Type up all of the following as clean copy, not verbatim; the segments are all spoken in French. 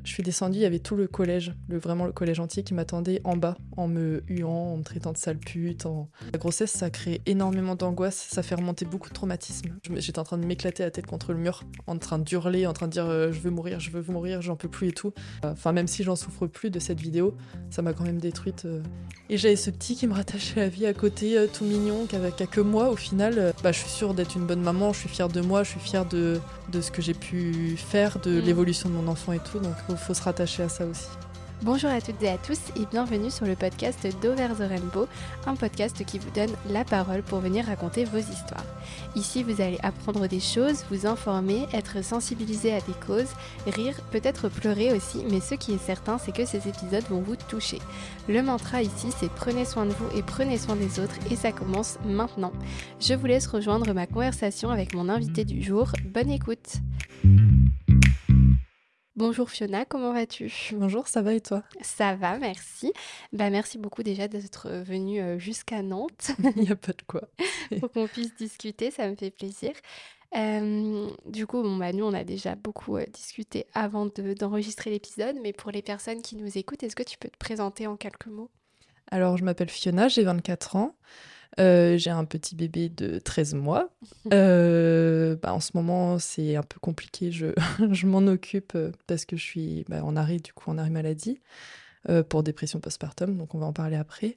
Je suis descendue, il y avait tout le collège, vraiment le collège entier qui m'attendait en bas, en me huant, en me traitant de sale pute. La grossesse, ça crée énormément d'angoisse, ça fait remonter beaucoup de traumatismes. J'étais en train de m'éclater la tête contre le mur, en train d'hurler, en train de dire je veux mourir, j'en peux plus et tout. Enfin, même si j'en souffre plus de cette vidéo, ça m'a quand même détruite. Et j'avais ce petit qui me rattachait à la vie à côté, tout mignon, qui a que moi. Au final, je suis sûre d'être une bonne maman, je suis fière de moi, je suis fière de ce que j'ai pu faire, de l'évolution de mon enfant et tout. Donc il faut se rattacher à ça aussi. Bonjour à toutes et à tous et bienvenue sur le podcast d'Over the Rainbow, un podcast qui vous donne la parole pour venir raconter vos histoires. Ici, vous allez apprendre des choses, vous informer, être sensibilisé à des causes, rire, peut-être pleurer aussi, mais ce qui est certain, c'est que ces épisodes vont vous toucher. Le mantra ici, c'est prenez soin de vous et prenez soin des autres et ça commence maintenant. Je vous laisse rejoindre ma conversation avec mon invité du jour. Bonne écoute! Bonjour Fiona, comment vas-tu ? Bonjour, ça va et toi ? Ça va, merci. Merci beaucoup déjà d'être venue jusqu'à Nantes. Il n'y a pas de quoi. Pour qu'on puisse discuter, ça me fait plaisir. Du coup, nous on a déjà beaucoup discuté avant d'enregistrer l'épisode, mais pour les personnes qui nous écoutent, est-ce que tu peux te présenter en quelques mots ? Alors, je m'appelle Fiona, j'ai 24 ans. J'ai un petit bébé de 13 mois. En ce moment, c'est un peu compliqué. Je m'en occupe parce que je suis en arrêt maladie pour dépression postpartum. Donc, on va en parler après.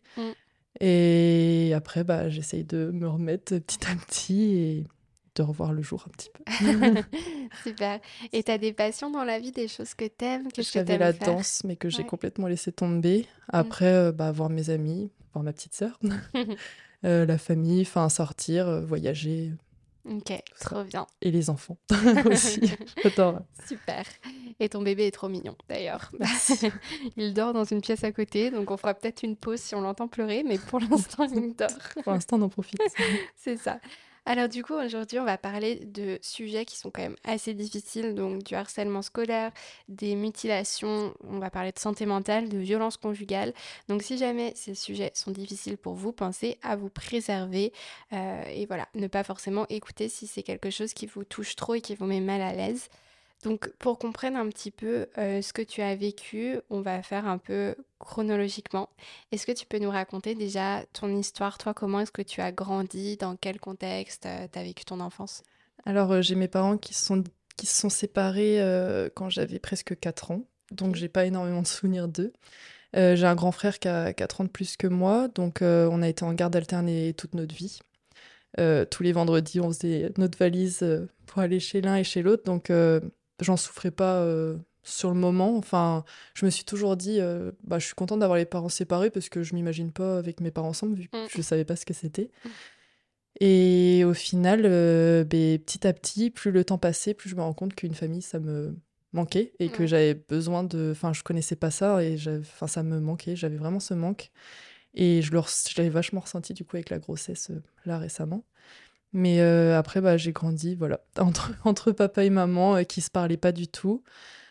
Et après, j'essaye de me remettre petit à petit et de revoir le jour un petit peu. Super. Et tu as des passions dans la vie, des choses que tu aimes ? Qu'est-ce que tu J'avais aimes la faire ? danse, mais que j'ai complètement laissé tomber. Après, voir mes amis, voir ma petite sœur. La famille, enfin sortir, voyager. Ok, trop bien. Et les enfants aussi, j'adore. Super. Et ton bébé est trop mignon d'ailleurs. Merci. Il dort dans une pièce à côté, donc on fera peut-être une pause si on l'entend pleurer, mais pour l'instant il dort. Pour l'instant on en profite. C'est ça. Alors du coup, aujourd'hui, on va parler de sujets qui sont quand même assez difficiles, donc du harcèlement scolaire, des mutilations, on va parler de santé mentale, de violence conjugale. Donc si jamais ces sujets sont difficiles pour vous, pensez à vous préserver et voilà, ne pas forcément écouter si c'est quelque chose qui vous touche trop et qui vous met mal à l'aise. Donc pour qu'on prenne un petit peu ce que tu as vécu, on va faire un peu chronologiquement. Est-ce que tu peux nous raconter déjà ton histoire, toi, comment est-ce que tu as grandi, dans quel contexte tu as vécu ton enfance ? Alors j'ai mes parents qui se sont séparés quand j'avais presque 4 ans, donc j'ai pas énormément de souvenirs d'eux. J'ai un grand frère qui a 4 ans de plus que moi, donc on a été en garde alternée toute notre vie. Tous les vendredis, on faisait notre valise pour aller chez l'un et chez l'autre, donc j'en souffrais pas sur le moment. Enfin, je me suis toujours dit, je suis contente d'avoir les parents séparés parce que je m'imagine pas avec mes parents ensemble vu que je savais pas ce que c'était. Et au final, petit à petit, plus le temps passait, plus je me rends compte qu'une famille, ça me manquait et que j'avais besoin de... Enfin, je connaissais pas ça et ça me manquait. J'avais vraiment ce manque. Et je l'avais vachement ressenti du coup avec la grossesse là récemment. Mais après, j'ai grandi, voilà, entre papa et maman qui se parlaient pas du tout.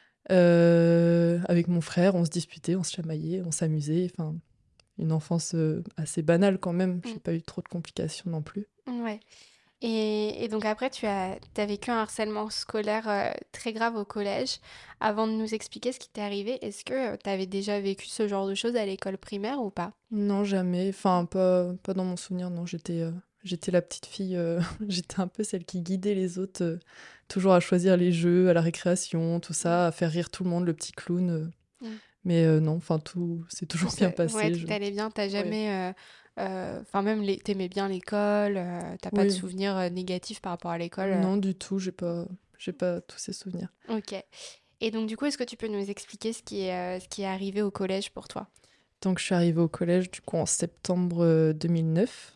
Avec mon frère, on se disputait, on se chamaillait, on s'amusait. Enfin, une enfance assez banale quand même. J'ai pas eu trop de complications non plus. Ouais. Et donc après, tu as vécu un harcèlement scolaire très grave au collège. Avant de nous expliquer ce qui t'est arrivé, est-ce que tu avais déjà vécu ce genre de choses à l'école primaire ou pas ? Non, jamais. Enfin, pas dans mon souvenir, non. J'étais la petite fille, j'étais un peu celle qui guidait les autres, toujours à choisir les jeux, à la récréation, tout ça, à faire rire tout le monde, le petit clown. Mais non, enfin, tout s'est toujours bien passé. Ouais, tout allait bien. T'as jamais... même t'aimais bien l'école, t'as pas de souvenirs négatifs par rapport à l'école Non, du tout, j'ai pas tous ces souvenirs. Ok. Et donc du coup, est-ce que tu peux nous expliquer ce qui est arrivé au collège pour toi ? Donc je suis arrivée au collège du coup en septembre 2009.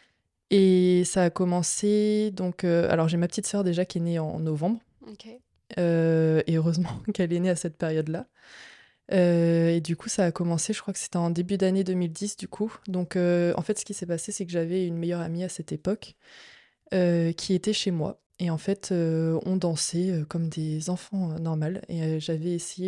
Et ça a commencé, donc... alors j'ai ma petite sœur déjà qui est née en novembre. Ok. Et heureusement qu'elle est née à cette période-là. Et du coup, ça a commencé, je crois que c'était en début d'année 2010, du coup. Donc, en fait, ce qui s'est passé, c'est que j'avais une meilleure amie à cette époque qui était chez moi. Et en fait, on dansait comme des enfants normales. Et j'avais essayé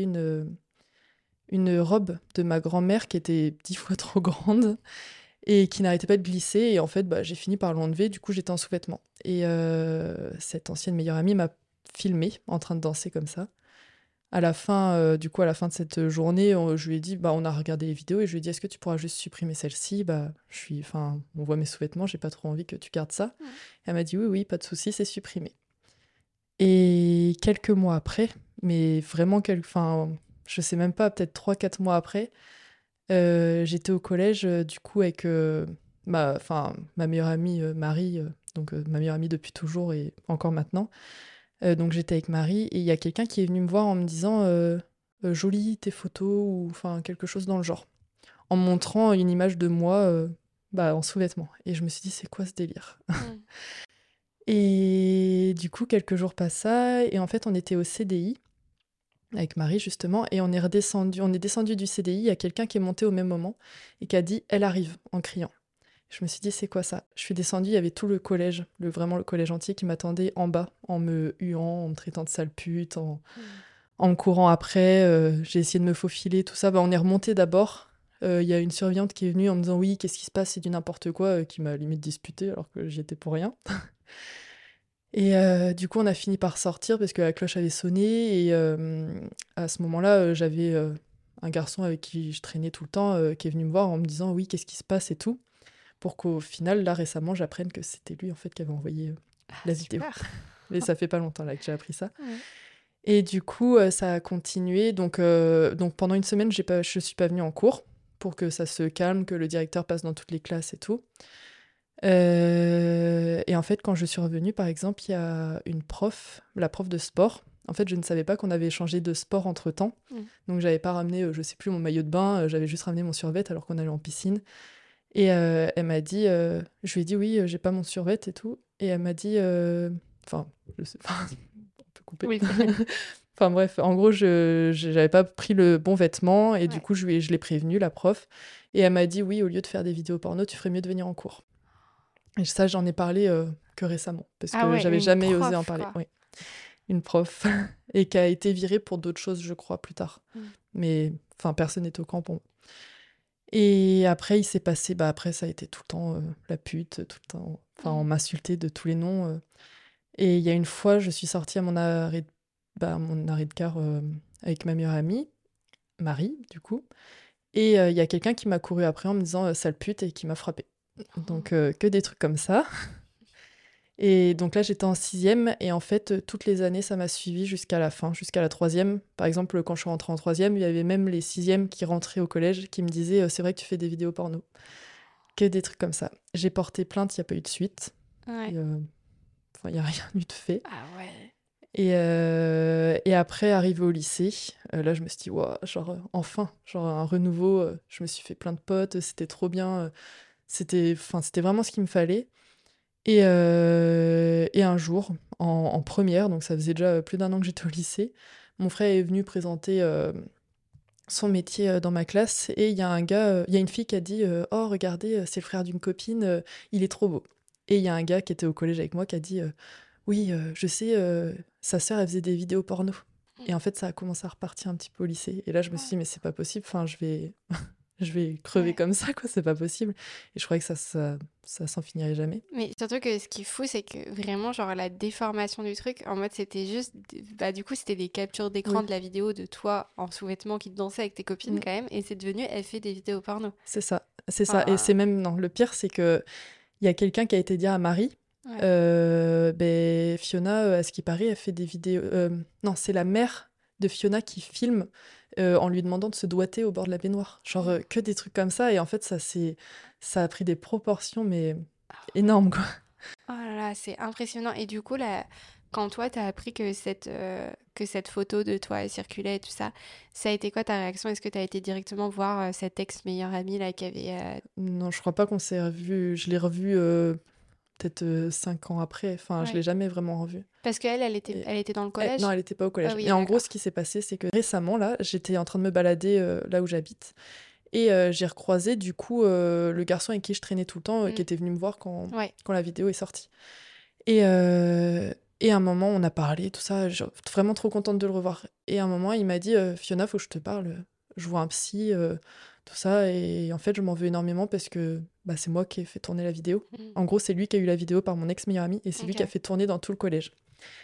une robe de ma grand-mère qui était 10 fois trop grande et qui n'arrêtait pas de glisser. Et en fait, j'ai fini par l'enlever. Du coup, j'étais en sous-vêtements. Et cette ancienne meilleure amie m'a filmée en train de danser comme ça. à la fin, du coup, à la fin de cette journée, je lui ai dit, bah, on a regardé les vidéos et je lui ai dit, est-ce que tu pourras juste supprimer celle-ci? Bah, enfin, on voit mes sous-vêtements, j'ai pas trop envie que tu gardes ça. Mmh. Elle m'a dit, oui, oui, pas de souci, c'est supprimé. Et quelques mois après, mais vraiment, enfin, je sais même pas, peut-être 3, 4 mois après, j'étais au collège, du coup, avec ma meilleure amie Marie, donc ma meilleure amie depuis toujours et encore maintenant. Donc j'étais avec Marie et il y a quelqu'un qui est venu me voir en me disant jolie tes photos ou enfin quelque chose dans le genre, en me montrant une image de moi en sous-vêtements. Et je me suis dit c'est quoi ce délire? Mmh. Et du coup quelques jours passent ça et en fait on était au CDI avec Marie justement et on est descendu du CDI, il y a quelqu'un qui est monté au même moment et qui a dit elle arrive en criant. Je me suis dit c'est quoi ça? Je suis descendue, il y avait tout le collège, vraiment le collège entier qui m'attendait en bas en me huant, en me traitant de sale pute, Mmh. en me courant après, j'ai essayé de me faufiler, tout ça. Bah, on est remonté d'abord. Il y a une surveillante qui est venue en me disant oui, qu'est-ce qui se passe, c'est du n'importe quoi, qui m'a limite disputé alors que j'y étais pour rien. Et du coup, on a fini par sortir parce que la cloche avait sonné. Et à ce moment-là, j'avais un garçon avec qui je traînais tout le temps qui est venu me voir en me disant oui, qu'est-ce qui se passe et tout. Pour qu'au final, là récemment, j'apprenne que c'était lui en fait qui avait envoyé Ah la vidéo. super! Mais ça fait pas longtemps là que j'ai appris ça. Ouais. Et du coup, ça a continué. Donc pendant une semaine, je suis pas venue en cours pour que ça se calme, que le directeur passe dans toutes les classes et tout. Et en fait, quand je suis revenue, par exemple, il y a une prof, la prof de sport. En fait, je ne savais pas qu'on avait changé de sport entre-temps. Mmh. Donc j'avais pas ramené, je sais plus, mon maillot de bain, j'avais juste ramené mon survêt alors qu'on allait en piscine. Et elle m'a dit, je lui ai dit oui, j'ai pas mon survêt et tout. Et elle m'a dit, enfin, je sais pas, on peut couper. Oui. Enfin bref, en gros, j'avais pas pris le bon vêtement et du Ouais. coup, je l'ai prévenue, la prof. Et elle m'a dit, oui, au lieu de faire des vidéos porno, tu ferais mieux de venir en cours. Et ça, j'en ai parlé que récemment, parce Ah que ouais, j'avais une jamais osé en prof, parler. quoi. Oui, une prof. Et qui a été virée pour d'autres choses, je crois, plus tard. Mmh. Mais enfin, personne n'est au camp. Bon. Et après, il s'est passé, bah après, ça a été tout le temps la pute, tout le temps. Enfin, on Mmh. m'insultait de tous les noms. Et il y a une fois, je suis sortie à mon arrêt de car avec ma meilleure amie, Marie, du coup. Et il y a quelqu'un qui m'a couru après en me disant sale pute et qui m'a frappée. Donc, que des trucs comme ça. Et donc là, j'étais en sixième. Et en fait, toutes les années, ça m'a suivi jusqu'à la fin, jusqu'à la troisième. Par exemple, quand je suis rentrée en troisième, il y avait même les sixièmes qui rentraient au collège qui me disaient c'est vrai que tu fais des vidéos porno. Que des trucs comme ça. J'ai porté plainte, il n'y a pas eu de suite. Ouais. Et, enfin, il n'y a rien eu de fait. Ah ouais. Et après, arrivé au lycée, là, je me suis dit, ouah, genre, enfin, genre un renouveau. Je me suis fait plein de potes, c'était trop bien. C'était vraiment ce qu'il me fallait. Et un jour, en première, donc ça faisait déjà plus d'1 an que j'étais au lycée, mon frère est venu présenter son métier dans ma classe. Et il y a il y a une fille qui a dit oh, regardez, c'est le frère d'une copine, il est trop beau. Et il y a un gars qui était au collège avec moi qui a dit oui, je sais, sa sœur, elle faisait des vidéos porno. Et en fait, ça a commencé à repartir un petit peu au lycée. Et là, je me suis dit, mais c'est pas possible, enfin, je vais crever Ouais. comme ça, quoi, c'est pas possible. Et je croyais que ça s'en finirait jamais. Mais surtout que ce qui est fou, c'est que vraiment, genre, la déformation du truc, en mode, c'était juste. Bah, du coup, c'était des captures d'écran Oui, de la vidéo de toi en sous-vêtements qui dansait avec tes copines, mm, quand même, et c'est devenu, elle fait des vidéos porno. c'est ça, c'est ça. Et Ah, c'est même, non, le pire, c'est que il y a quelqu'un qui a été dire à Marie, ouais. ben, Fiona, à ce qui paraît, elle fait des vidéos. Non, c'est la mère de Fiona qui filme en lui demandant de se doiter au bord de la baignoire. Genre que des trucs comme ça. Et en fait, ça a pris des proportions, mais énormes, quoi. Oh là là, c'est impressionnant. Et du coup, là, quand toi, t'as appris que cette photo de toi circulait et tout ça, ça a été quoi ta réaction? Est-ce que t'as été directement voir cette ex-meilleure amie là qui avait... Non, je crois pas qu'on s'est revu. Je l'ai revu peut-être 5 ans après. Enfin, je Ouais. l'ai jamais vraiment revu. Parce qu'elle, Et... elle était dans le Non, collège? elle était pas au Ah collège. oui, Et en gros, d'accord. ce qui s'est passé, c'est que récemment, là, j'étais en train de me balader là où j'habite. Et j'ai recroisé du coup le garçon avec qui je traînais tout le temps, qui Mm. était venu me voir Ouais. quand la vidéo est sortie. Et à un moment, on a parlé, tout ça, vraiment trop contente de le revoir. Et à un moment, il m'a dit Fiona, faut que je te parle, je vois un psy, tout ça. Et en fait, je m'en veux énormément parce que bah, c'est moi qui ai fait tourner la vidéo. Mm. En gros, c'est lui qui a eu la vidéo par mon ex-meilleur ami et c'est lui qui a Ok. fait tourner dans tout le collège.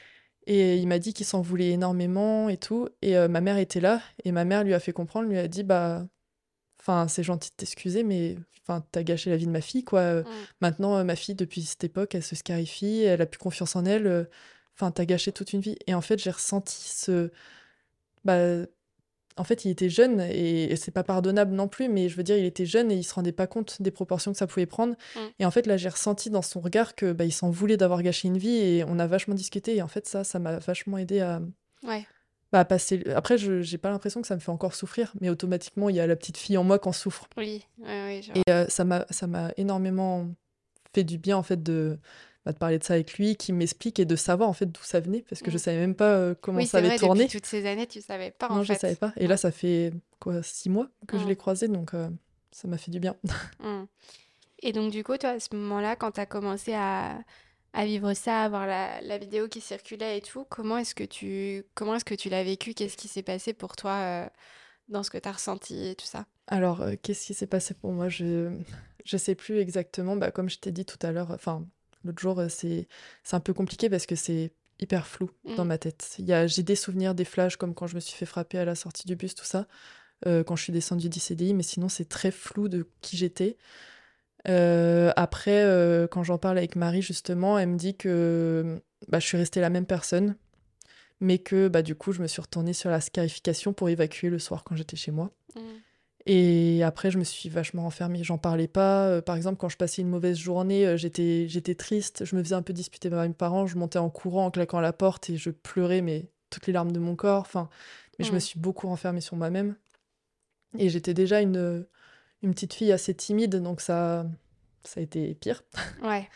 Et il m'a dit qu'il s'en voulait énormément et tout. Et ma mère était là. Et ma mère lui a fait comprendre, lui a dit, bah, enfin, c'est gentil de t'excuser, mais enfin, t'as gâché la vie de ma fille, quoi. Mm. Maintenant, ma fille, depuis cette époque, elle se scarifie, elle a plus confiance en elle. Enfin, t'as gâché toute une vie. Et en fait, j'ai ressenti ce... Bah, en fait, il était jeune et c'est pas pardonnable non plus, mais je veux dire, il était jeune et il se rendait pas compte des proportions que ça pouvait prendre. Mm. Et en fait, là, j'ai ressenti dans son regard que bah, il s'en voulait d'avoir gâché une vie et on a vachement discuté. Et en fait, ça m'a vachement aidé à, Ouais. bah, à passer. Après, je j'ai pas l'impression que ça me fait encore souffrir, mais automatiquement, il y a la petite fille en moi qui en souffre. Oui, ouais, ouais, je Et vois. ça m'a énormément fait du bien, en fait, de parler de ça avec lui, qui m'explique et de savoir, en fait, d'où ça venait, parce que je Mm. savais même pas comment Oui, ça c'est avait vrai, depuis tourné. toutes ces années, tu savais pas en Non, je savais fait. pas. Et là, Ouais. ça fait quoi, 6 mois que je Mm. l'ai croisé, donc ça m'a fait du bien. Mm. Et donc, du coup, toi, à ce moment-là, quand tu as commencé à vivre ça, à voir la vidéo qui circulait et tout, comment est-ce que tu l'as vécu? Qu'est-ce qui s'est passé pour toi dans ce que tu as ressenti et tout ça? Alors, qu'est-ce qui s'est passé pour moi? Je sais plus exactement. Bah, comme je t'ai dit tout à l'heure, enfin, l'autre jour, c'est un peu compliqué parce que c'est hyper flou dans Mm. ma tête. J'ai des souvenirs, des flashs, comme quand je me suis fait frapper à la sortie du bus, tout ça, quand je suis descendue du CDI, mais sinon, c'est très flou de qui j'étais. Après, quand j'en parle avec Marie, justement, elle me dit que, bah, je suis restée la même personne, mais que, bah, du coup, je me suis retournée sur la scarification pour évacuer le soir quand j'étais chez moi. Mm. Et après, je me suis vachement renfermée, j'en parlais pas. Par exemple, quand je passais une mauvaise journée, j'étais triste, je me faisais un peu disputer par mes parents, je montais en courant, en claquant la porte et je pleurais, mais toutes les larmes de mon corps. Enfin, mais je me Mm. suis beaucoup renfermée sur moi-même. Et j'étais déjà une petite fille assez timide, donc ça a été pire. Ouais.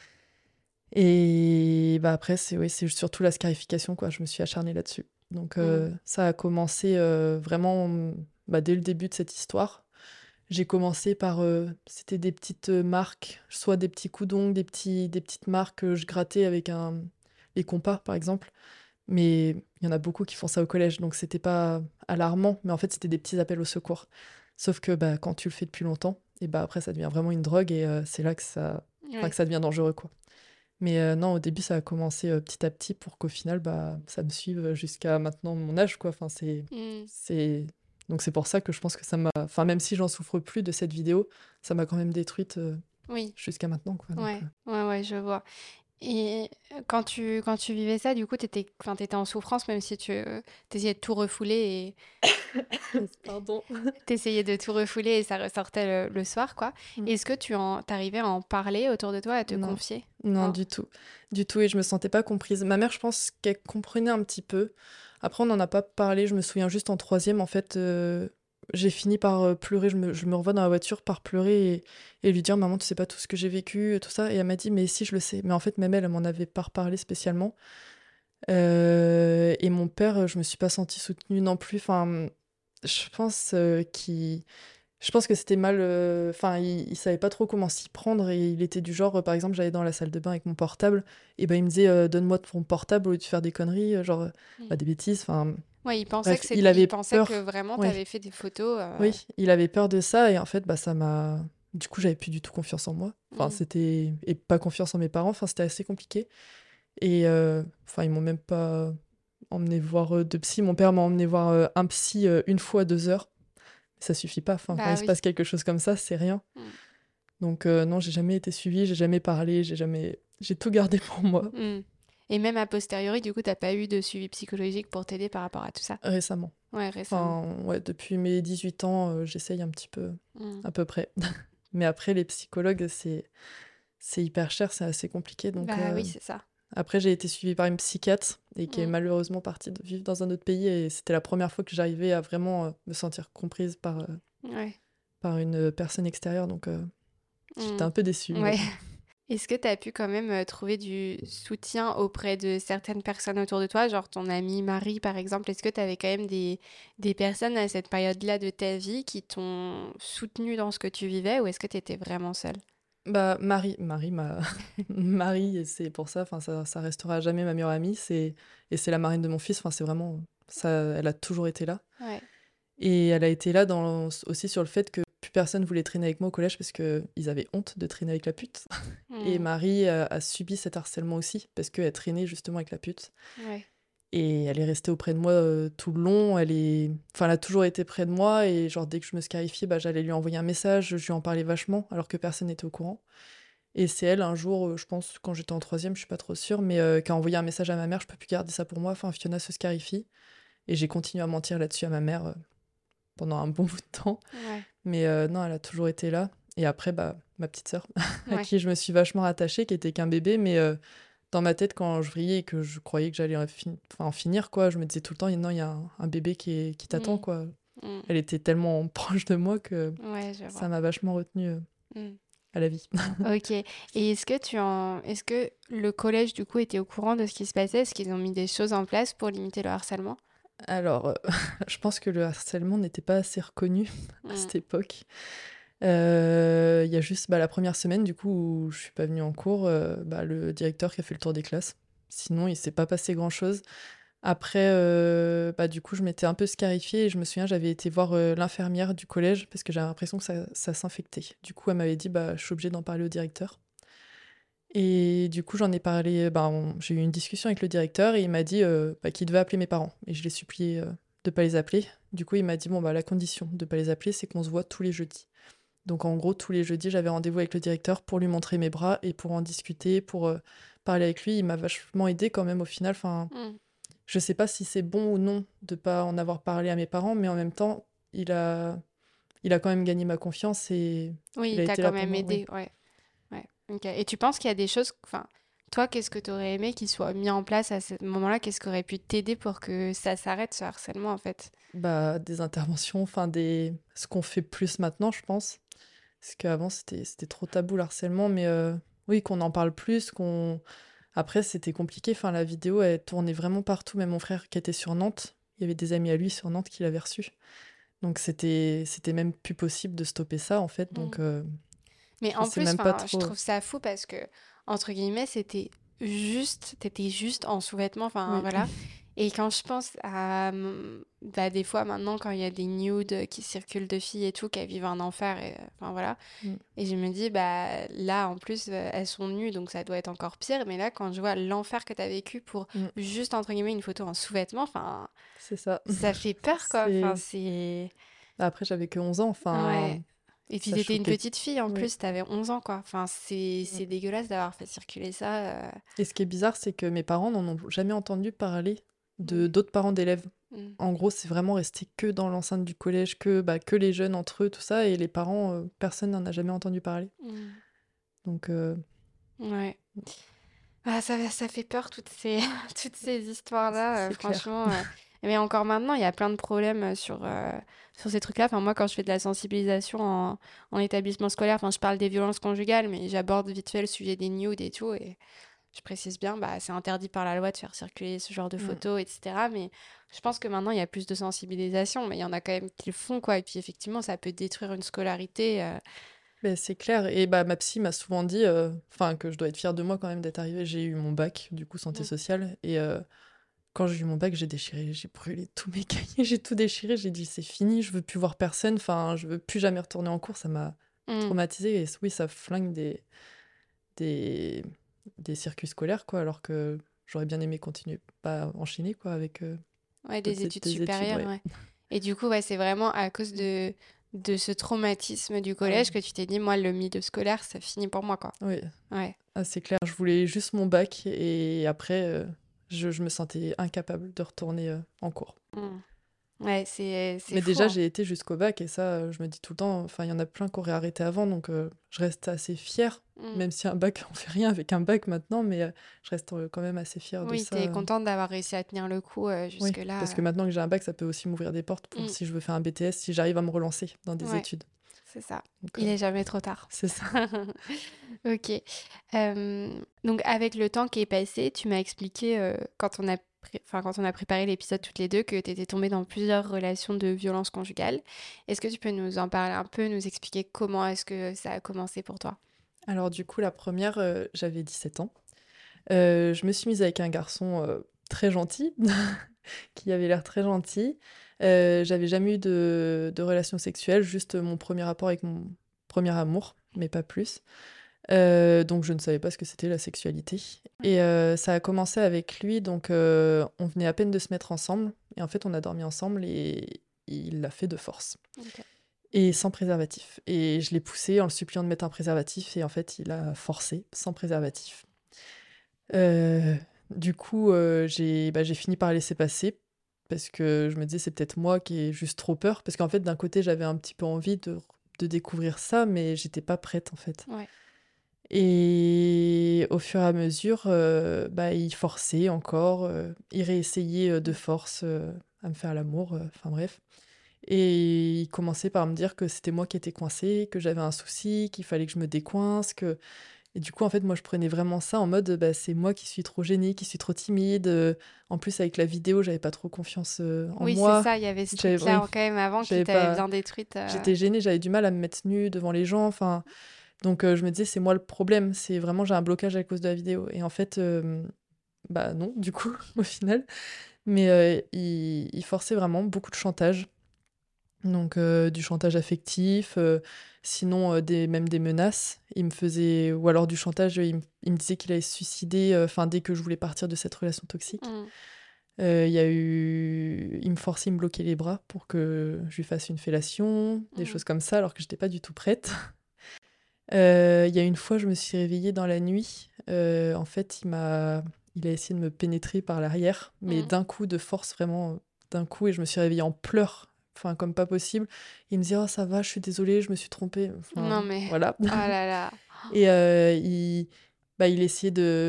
Et bah après, oui, c'est surtout la scarification, quoi. Je me suis acharnée là-dessus. Donc Mm. ça a commencé vraiment bah, dès le début de cette histoire. J'ai commencé par, c'était des petites marques, soit des petits coups d'ongles, des petites marques que je grattais avec les compas, par exemple. Mais il y en a beaucoup qui font ça au collège, donc c'était pas alarmant, mais en fait, c'était des petits appels au secours. Sauf que bah, quand tu le fais depuis longtemps, et bah, après, ça devient vraiment une drogue et c'est là enfin, Ouais. que ça devient dangereux, quoi. Mais non, au début, ça a commencé petit à petit pour qu'au final, bah, ça me suive jusqu'à maintenant mon âge, quoi. Enfin, Mm. c'est... Donc c'est pour ça que je pense que ça m'a... Enfin, même si j'en souffre plus de cette vidéo, ça m'a quand même détruite Oui. jusqu'à maintenant, quoi. Donc, Ouais. Ouais, ouais, je vois. Et quand tu vivais ça, du coup, enfin, t'étais en souffrance, même si tu essayais de tout refouler Pardon. t'essayais de tout refouler et ça ressortait le soir, quoi. Mm. Est-ce que t'arrivais à en parler autour de toi, à te Non, confier? non, Non? du tout. Du tout, et je me sentais pas comprise. Ma mère, je pense qu'elle comprenait un petit peu. Après, on n'en a pas parlé, je me souviens juste en troisième, en fait, j'ai fini par pleurer, je me revois dans la voiture par pleurer et lui dire, maman, tu sais pas tout ce que j'ai vécu, tout ça. Et elle m'a dit, mais si, je le sais. Mais en fait, même elle m'en avait pas reparlé spécialement. Et mon père, je me suis pas sentie soutenue non plus. Enfin, je pense je pense que c'était mal. Enfin, il savait pas trop comment s'y prendre et il était du genre, par exemple, j'allais dans la salle de bain avec mon portable et ben il me disait donne-moi ton portable au lieu de faire des conneries, genre Mm. bah, des bêtises. Enfin, Ouais, il pensait bref, que il il avait pensait que peur. vraiment Oui, t'avais fait des photos. oui, il avait peur de ça et en fait, bah ça m'a. Du coup, j'avais plus du tout confiance en moi. Enfin, Mm. c'était et pas confiance en mes parents. Enfin, c'était assez compliqué. Et enfin, ils m'ont même pas emmené voir de psy. Mon père m'a emmené voir un psy une fois 2 heures. Ça suffit pas. Enfin, quand il Bah se oui. passe quelque chose comme ça, c'est rien. Mm. Donc non, j'ai jamais été suivie, j'ai jamais parlé, j'ai tout gardé pour moi Mm. Et même a posteriori, du coup, t'as pas eu de suivi psychologique pour t'aider par rapport à tout ça? récemment. Ouais, récemment. Enfin, ouais, depuis mes 18 ans, j'essaye un petit peu, Mm. à peu près. Mais après, les psychologues, c'est hyper cher, c'est assez compliqué. Donc Bah oui, c'est ça. après, j'ai été suivie par une psychiatre et qui est Mm. malheureusement partie de vivre dans un autre pays. Et c'était la première fois que j'arrivais à vraiment me sentir comprise Ouais. par une personne extérieure. Donc j'étais Mm. un peu déçue, mais Ouais. Est-ce que tu as pu quand même trouver du soutien auprès de certaines personnes autour de toi, genre ton amie Marie par exemple? Est-ce que tu avais quand même des personnes à cette période-là de ta vie qui t'ont soutenu dans ce que tu vivais ou est-ce que tu étais vraiment seule? bah, Marie, et c'est pour ça, enfin, ça restera à jamais ma meilleure amie, et c'est la marraine de mon fils, enfin, c'est vraiment ça, elle a toujours été là. Ouais. Et elle a été là aussi sur le fait que plus personne voulait traîner avec moi au collège parce qu'ils avaient honte de traîner avec la pute. Et Mm. Marie a subi cet harcèlement aussi parce qu'elle traînait justement avec la pute. Ouais. Et elle est restée auprès de moi tout le long. Enfin, elle a toujours été près de moi. Et genre, dès que je me scarifiais, bah, j'allais lui envoyer un message. Je lui en parlais vachement, alors que personne n'était au courant. Et c'est elle, un jour, je pense, quand j'étais en troisième, je suis pas trop sûre, mais qui a envoyé un message à ma mère, je peux plus garder ça pour moi. Enfin, Fiona se scarifie. Et j'ai continué à mentir là-dessus à ma mère pendant un bon bout de temps. Ouais, Mais non, elle a toujours été là. Et après, bah, ma petite sœur, à ouais. qui je me suis vachement attachée, qui était qu'un bébé, mais dans ma tête, quand je vrillais et que je croyais que j'allais en finir, quoi, je me disais tout le temps, non, il y a un bébé qui t'attend, Mmh. quoi. Mmh. Elle était tellement proche de moi que Ouais, je ça vois. m'a vachement retenue Mmh. à la vie. Ok. Et est-ce que le collège du coup était au courant de ce qui se passait? Est-ce qu'ils ont mis des choses en place pour limiter le harcèlement? Alors, je pense que le harcèlement n'était pas assez reconnu à Mm. cette époque. Il y a juste bah, la première semaine, du coup, où je suis pas venue en cours, bah, le directeur qui a fait le tour des classes. Sinon, il s'est pas passé grand-chose. Après, bah, du coup, je m'étais un peu scarifiée et je me souviens, j'avais été voir l'infirmière du collège parce que j'avais l'impression que ça s'infectait. Du coup, elle m'avait dit, bah, je suis obligée d'en parler au directeur. Et du coup, j'en ai parlé, bah, j'ai eu une discussion avec le directeur et il m'a dit bah, qu'il devait appeler mes parents. Et je l'ai supplié de pas les appeler. Du coup, il m'a dit, bon, bah, la condition de pas les appeler, c'est qu'on se voit tous les jeudis. Donc, en gros, tous les jeudis, j'avais rendez-vous avec le directeur pour lui montrer mes bras et pour en discuter, pour parler avec lui. Il m'a vachement aidé quand même au final. Enfin, Mm. je sais pas si c'est bon ou non de pas en avoir parlé à mes parents, mais en même temps, il a quand même gagné ma confiance et Oui, il il a t'a été quand là pour même moi, oui. aidé, ouais. Ouais. Ok. Et tu penses qu'il y a des choses, enfin, toi, qu'est-ce que tu aurais aimé qu'il soit mis en place à ce moment-là? Qu'est-ce qui aurait pu t'aider pour que ça s'arrête, ce harcèlement, en fait? Bah, des interventions, enfin ce qu'on fait plus maintenant, je pense. Parce qu'avant, c'était trop tabou le harcèlement, mais oui, qu'on en parle plus, qu'on. Après, c'était compliqué. Enfin, la vidéo, elle tournait vraiment partout. Même mon frère qui était sur Nantes, il y avait des amis à lui sur Nantes qui l'avaient reçu. Donc c'était même plus possible de stopper ça, en fait. Donc Mm. Mais je en sais plus, même pas enfin, je trop. trouve ça fou parce que, entre guillemets, t'étais juste en sous-vêtements, enfin, Oui. voilà. Et quand je pense à, bah, des fois maintenant, quand il y a des nudes qui circulent de filles et tout, qui vivent un enfer, et, enfin, voilà. Mm, Et je me dis, bah, là, en plus, elles sont nues, donc ça doit être encore pire. Mais là, quand je vois l'enfer que t'as vécu pour mm, juste, entre guillemets, une photo en sous-vêtements, enfin, c'est ça. ça fait peur, quoi. Enfin, C'est. c'est... Après, j'avais que 11 ans. Ouais. Enfin, Et puis ça t'étais une choquait. petite fille en Oui. plus, t'avais 11 ans quoi. Enfin, Mm. c'est dégueulasse d'avoir fait circuler ça. Et ce qui est bizarre, c'est que mes parents n'en ont jamais entendu parler de Ouais. d'autres parents d'élèves. Mm. En gros, c'est vraiment resté que dans l'enceinte du collège, que les jeunes entre eux, tout ça, et les parents, personne n'en a jamais entendu parler. Mm. Donc, Ouais. Ah, ça fait peur toutes ces, toutes ces histoires-là, c'est clair. franchement. Mais encore maintenant, il y a plein de problèmes sur ces trucs-là. Enfin, moi, quand je fais de la sensibilisation en établissement scolaire, enfin, je parle des violences conjugales, mais j'aborde vite fait le sujet des nudes et tout. Et je précise bien, bah, c'est interdit par la loi de faire circuler ce genre de Mm. photos, etc. Mais je pense que maintenant, il y a plus de sensibilisation, mais il y en a quand même qui le font, quoi. Et puis, effectivement, ça peut détruire une scolarité. Ben, c'est clair. Et bah, ma psy m'a souvent dit, enfin, que je dois être fière de moi quand même d'être arrivée. J'ai eu mon bac, du coup, santé Mm. sociale. Et quand j'ai eu mon bac, j'ai déchiré, j'ai brûlé tous mes cahiers, j'ai tout déchiré. J'ai dit, c'est fini, je veux plus voir personne. Enfin, je veux plus jamais retourner en cours. Ça m'a Mm. traumatisée. Et oui, ça flingue des, des circuits scolaires, quoi, alors que j'aurais bien aimé continuer, pas enchaîner, quoi, avec Ouais, des études des études, supérieures, ouais. ouais. Et du coup, ouais, c'est vraiment à cause de ce traumatisme du Ah oui, collège que tu t'es dit, moi, le milieu scolaire, ça finit pour moi, quoi. oui. Ouais. Ah, c'est clair, je voulais juste mon bac et après, je me sentais incapable de retourner en cours. Mm. Ouais, c'est Mais fou, déjà, hein. j'ai été jusqu'au bac et ça, je me dis tout le temps, enfin, il y en a plein qui auraient arrêté avant, donc je reste assez fière, Mm. même si un bac, on fait rien avec un bac maintenant, mais je reste quand même assez fière de Oui, t'es ça. contente d'avoir réussi à tenir le coup Oui, parce jusque-là. que maintenant que j'ai un bac, ça peut aussi m'ouvrir des portes pour Mm. si je veux faire un BTS, si j'arrive à me relancer dans des Ouais, études. c'est ça. Donc, Il est jamais trop tard. c'est ça. Ok. Donc avec le temps qui est passé, tu m'as expliqué quand on a préparé l'épisode toutes les deux que tu étais tombée dans plusieurs relations de violence conjugale. Est-ce que tu peux nous en parler un peu, nous expliquer comment est-ce que ça a commencé pour toi? Alors du coup, la première, j'avais 17 ans. Je me suis mise avec un garçon très gentil, qui avait l'air très gentil. J'avais jamais eu de relation sexuelle, juste mon premier rapport avec mon premier amour, mais pas plus. Donc je ne savais pas ce que c'était la sexualité Ouais. et ça a commencé avec lui donc on venait à peine de se mettre ensemble et en fait, on a dormi ensemble et il l'a fait de force OK. et sans préservatif et je l'ai poussé en le suppliant de mettre un préservatif et en fait, il a forcé sans préservatif. Heu, du coup, j'ai fini par laisser passer parce que je me disais: «C'est peut-être moi qui ai juste trop peur» parce qu'en fait, d'un côté, j'avais un petit peu envie de découvrir ça mais j'étais pas prête, en fait. Ouais. Et au fur et à mesure, il forçait encore, il réessayait, de Mmh. force, à me faire l'amour, enfin bref. Et il commençait par me dire que c'était moi qui étais coincée, que j'avais un souci, qu'il fallait que je me décoince, que et du coup, en fait, moi, je prenais vraiment ça en mode, bah, c'est moi qui suis trop gênée, qui suis trop timide, en plus avec la vidéo, j'avais pas trop confiance, en Oui, c'est moi. ça, il y avait ce J'avais oui, truc-là quand même avant qui j'avais t'avait pas bien détruite, j'étais gênée, j'avais du mal à me mettre nue devant les gens, enfin donc je me disais: «C'est moi le problème, c'est vraiment j'ai un blocage à cause de la vidéo» et en fait, bah, non, du coup, au final. Mais il forçait vraiment beaucoup de chantage. Donc du chantage affectif, sinon, des menaces. Il me faisait ou alors du chantage, il me disait qu'il allait se suicider, enfin, dès que je voulais partir de cette relation toxique. Mmh. Il me forçait, il me bloquait les bras pour que je lui fasse une fellation, des Mmh. choses comme ça, alors que j'étais pas du tout prête. Il y a une fois, je me suis réveillée dans la nuit, en fait, il a essayé de me pénétrer par l'arrière, mais Mmh. d'un coup, de force, vraiment, d'un coup et je me suis réveillée en pleurs, enfin, comme pas possible. Il me disait: «Oh ça va, je suis désolé, je me suis trompé», enfin, Non mais voilà. oh là là. Et il essayait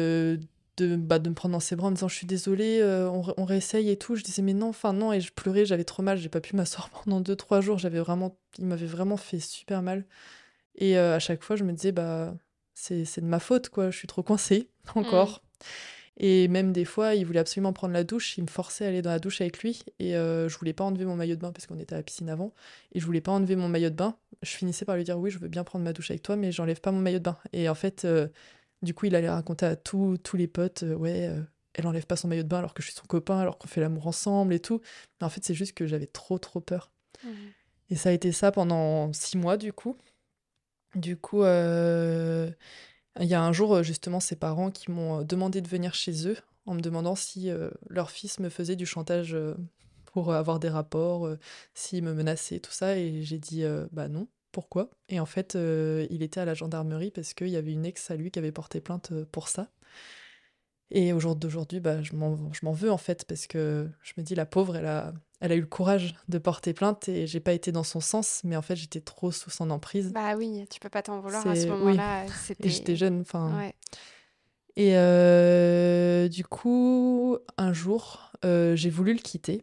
de me prendre dans ses bras en me disant: «Je suis désolé, on réessaye et tout». Je disais: «Mais non, enfin non» et je pleurais, j'avais trop mal, j'ai pas pu m'asseoir pendant 2 3 jours, il m'avait vraiment fait super mal. Et à chaque fois, je me disais: «Bah, c'est de ma faute, quoi, je suis trop coincée, Mmh. encore». Et même des fois, il voulait absolument prendre la douche, il me forçait à aller dans la douche avec lui et je voulais pas enlever mon maillot de bain parce qu'on était à la piscine avant et je voulais pas enlever mon maillot de bain. Je finissais par lui dire: «Oui, je veux bien prendre ma douche avec toi, mais j'enlève pas mon maillot de bain» et en fait, du coup, il allait raconter à tous les potes, «Ouais, elle enlève pas son maillot de bain alors que je suis son copain, alors qu'on fait l'amour ensemble et tout». Mais en fait, c'est juste que j'avais trop, trop peur Mmh. et ça a été ça pendant 6 mois, du coup. Du coup, il y a un jour, justement, ses parents qui m'ont, demandé de venir chez eux, en me demandant si, leur fils me faisait du chantage, pour avoir des rapports, s'il me menaçait, tout ça et j'ai dit: «Bah, non, pourquoi?» et en fait, il était à la gendarmerie parce qu'il y avait une ex à lui qui avait porté plainte, pour ça et au jour d'aujourd'hui, bah, je m'en veux, en fait, parce que je me dis: «La pauvre, elle a eu le courage de porter plainte et j'ai pas été dans son sens, mais en fait, j'étais trop sous son emprise». Bah oui, tu peux pas t'en vouloir à ce C'est oui moment-là, et j'étais c'était jeune, enfin ouais. et du coup, un jour, j'ai voulu le quitter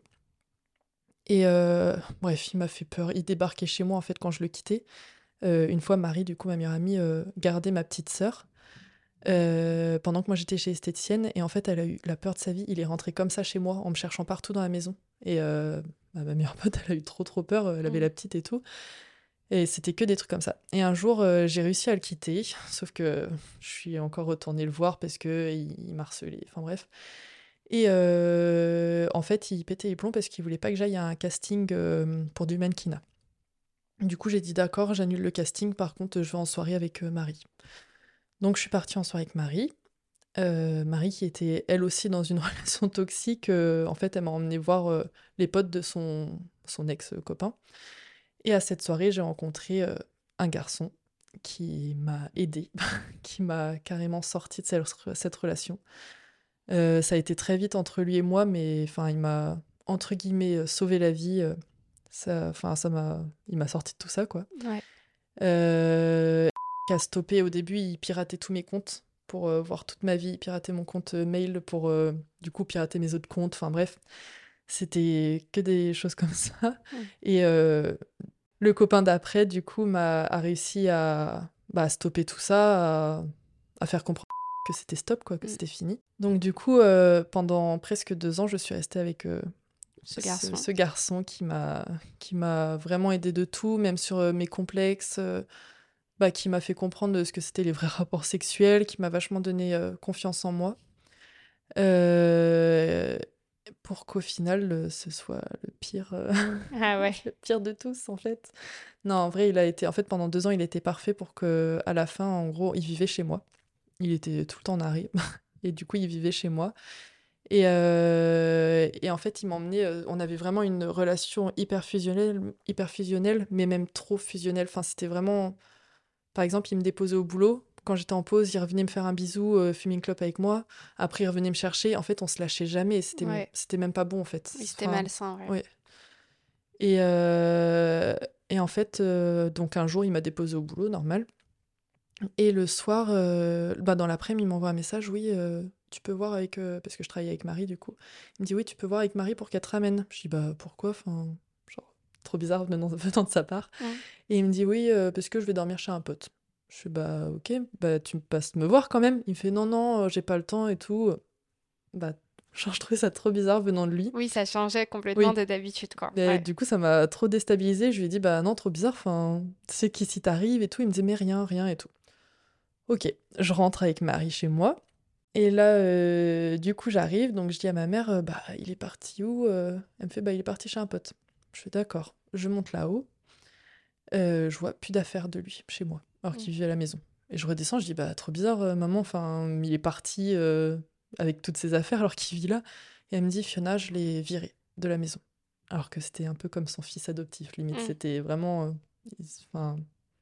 et bref, il m'a fait peur. Il débarquait chez moi, en fait, quand je le quittais. Une fois, Marie, du coup, ma meilleure amie, gardait ma petite sœur, pendant que moi, j'étais chez l'esthéticienne et en fait, elle a eu la peur de sa vie. Il est rentré comme ça chez moi, en me cherchant partout dans la maison et ma meilleure pote, elle a eu trop, trop peur, elle avait Mmh. la petite et tout et c'était que des trucs comme ça et un jour, j'ai réussi à le quitter, sauf que je suis encore retournée le voir parce qu'il m'a harcelée, enfin bref. Et en fait, il pétait les plombs parce qu'il voulait pas que j'aille à un casting, pour du mannequinat. Du coup, j'ai dit: «D'accord, j'annule le casting, par contre, je vais en soirée avec, Marie». Donc je suis partie en soirée avec Marie. Marie qui était elle aussi dans une relation toxique, en fait, elle m'a emmenée voir, les potes de son ex-copain et à cette soirée, j'ai rencontré, un garçon qui m'a aidée, qui m'a carrément sortie de cette relation. Ça a été très vite entre lui et moi, mais enfin, il m'a, entre guillemets, «sauvé la vie», il m'a sorti de tout ça, quoi. Ouais. Qui a stoppé au début, il piratait tous mes comptes pour, voir toute ma vie. Il piratait mon compte, mail pour, du coup, pirater mes autres comptes, enfin bref. C'était que des choses comme ça Mmh. et le copain d'après, du coup, a réussi à, bah, stopper tout ça, à faire comprendre que c'était stop, quoi, que Mmh. c'était fini. Donc du coup, pendant presque 2 ans, je suis restée avec, Ce ce garçon. ce garçon qui m'a vraiment aidée de tout, même sur, mes complexes, bah, qui m'a fait comprendre, ce que c'était les vrais rapports sexuels, qui m'a vachement donné, confiance en moi. Heu pour qu'au final, ce soit le pire, Ah ouais. le pire de tous, en fait. Non, en vrai, il a été en fait, pendant 2 ans, il était parfait pour que, à la fin, en gros, il vivait chez moi. Il était tout le temps narré et du coup, il vivait chez moi et en fait, il m'emmenait, on avait vraiment une relation hyper fusionnelle, mais même trop fusionnelle. Enfin, c'était vraiment par exemple, il me déposait au boulot. Quand j'étais en pause, il revenait me faire un bisou, fumer une clope avec moi. Après, il revenait me chercher. En fait, on se lâchait jamais et Ouais. c'était même pas bon, en fait. Oui, c'était Enfin, malsain, ouais. ouais. Et, heu et en fait, donc un jour, il m'a déposé au boulot, normal. Et le soir, bah, dans l'après-midi, il m'envoie un message: «Oui, tu peux voir avec» parce que je travaillais avec Marie, du coup. Il me dit: «Oui, tu peux voir avec Marie pour qu'elle te ramène». Je dis: «Bah, pourquoi?» Enfin, genre, trop bizarre venant de sa part. Mmh. Et il me dit: «Oui, parce que je vais dormir chez un pote». Je fais: «Bah, OK, bah, tu me passes me voir quand même». Il me fait: «Non, non, j'ai pas le temps et tout». Bah, genre, je trouvais ça trop bizarre venant de lui. Oui, ça changeait complètement Oui, de d'habitude, quoi. mais Ouais. du coup, ça m'a trop déstabilisée. Je lui ai dit: «Bah, non, trop bizarre, enfin, tu sais qu'ici tu et tout». Il me disait: «Mais rien, rien et tout». OK, je rentre avec Marie chez moi et là, du coup, j'arrive, donc je dis à ma mère: «Bah, il est parti où?» Elle me fait: «Bah, il est parti chez un pote». Je fais: «D'accord». Je monte là-haut. Je vois plus d'affaires de lui chez moi, alors Mmh. qu'il vivait à la maison et je redescends, je dis: «Bah, trop bizarre, maman, enfin, il est parti, avec toutes ses affaires alors qu'il vit là» et elle me dit: «Fiona, je l'ai viré de la maison». Alors que c'était un peu comme son fils adoptif, limite, Mmh. c'était vraiment, enfin,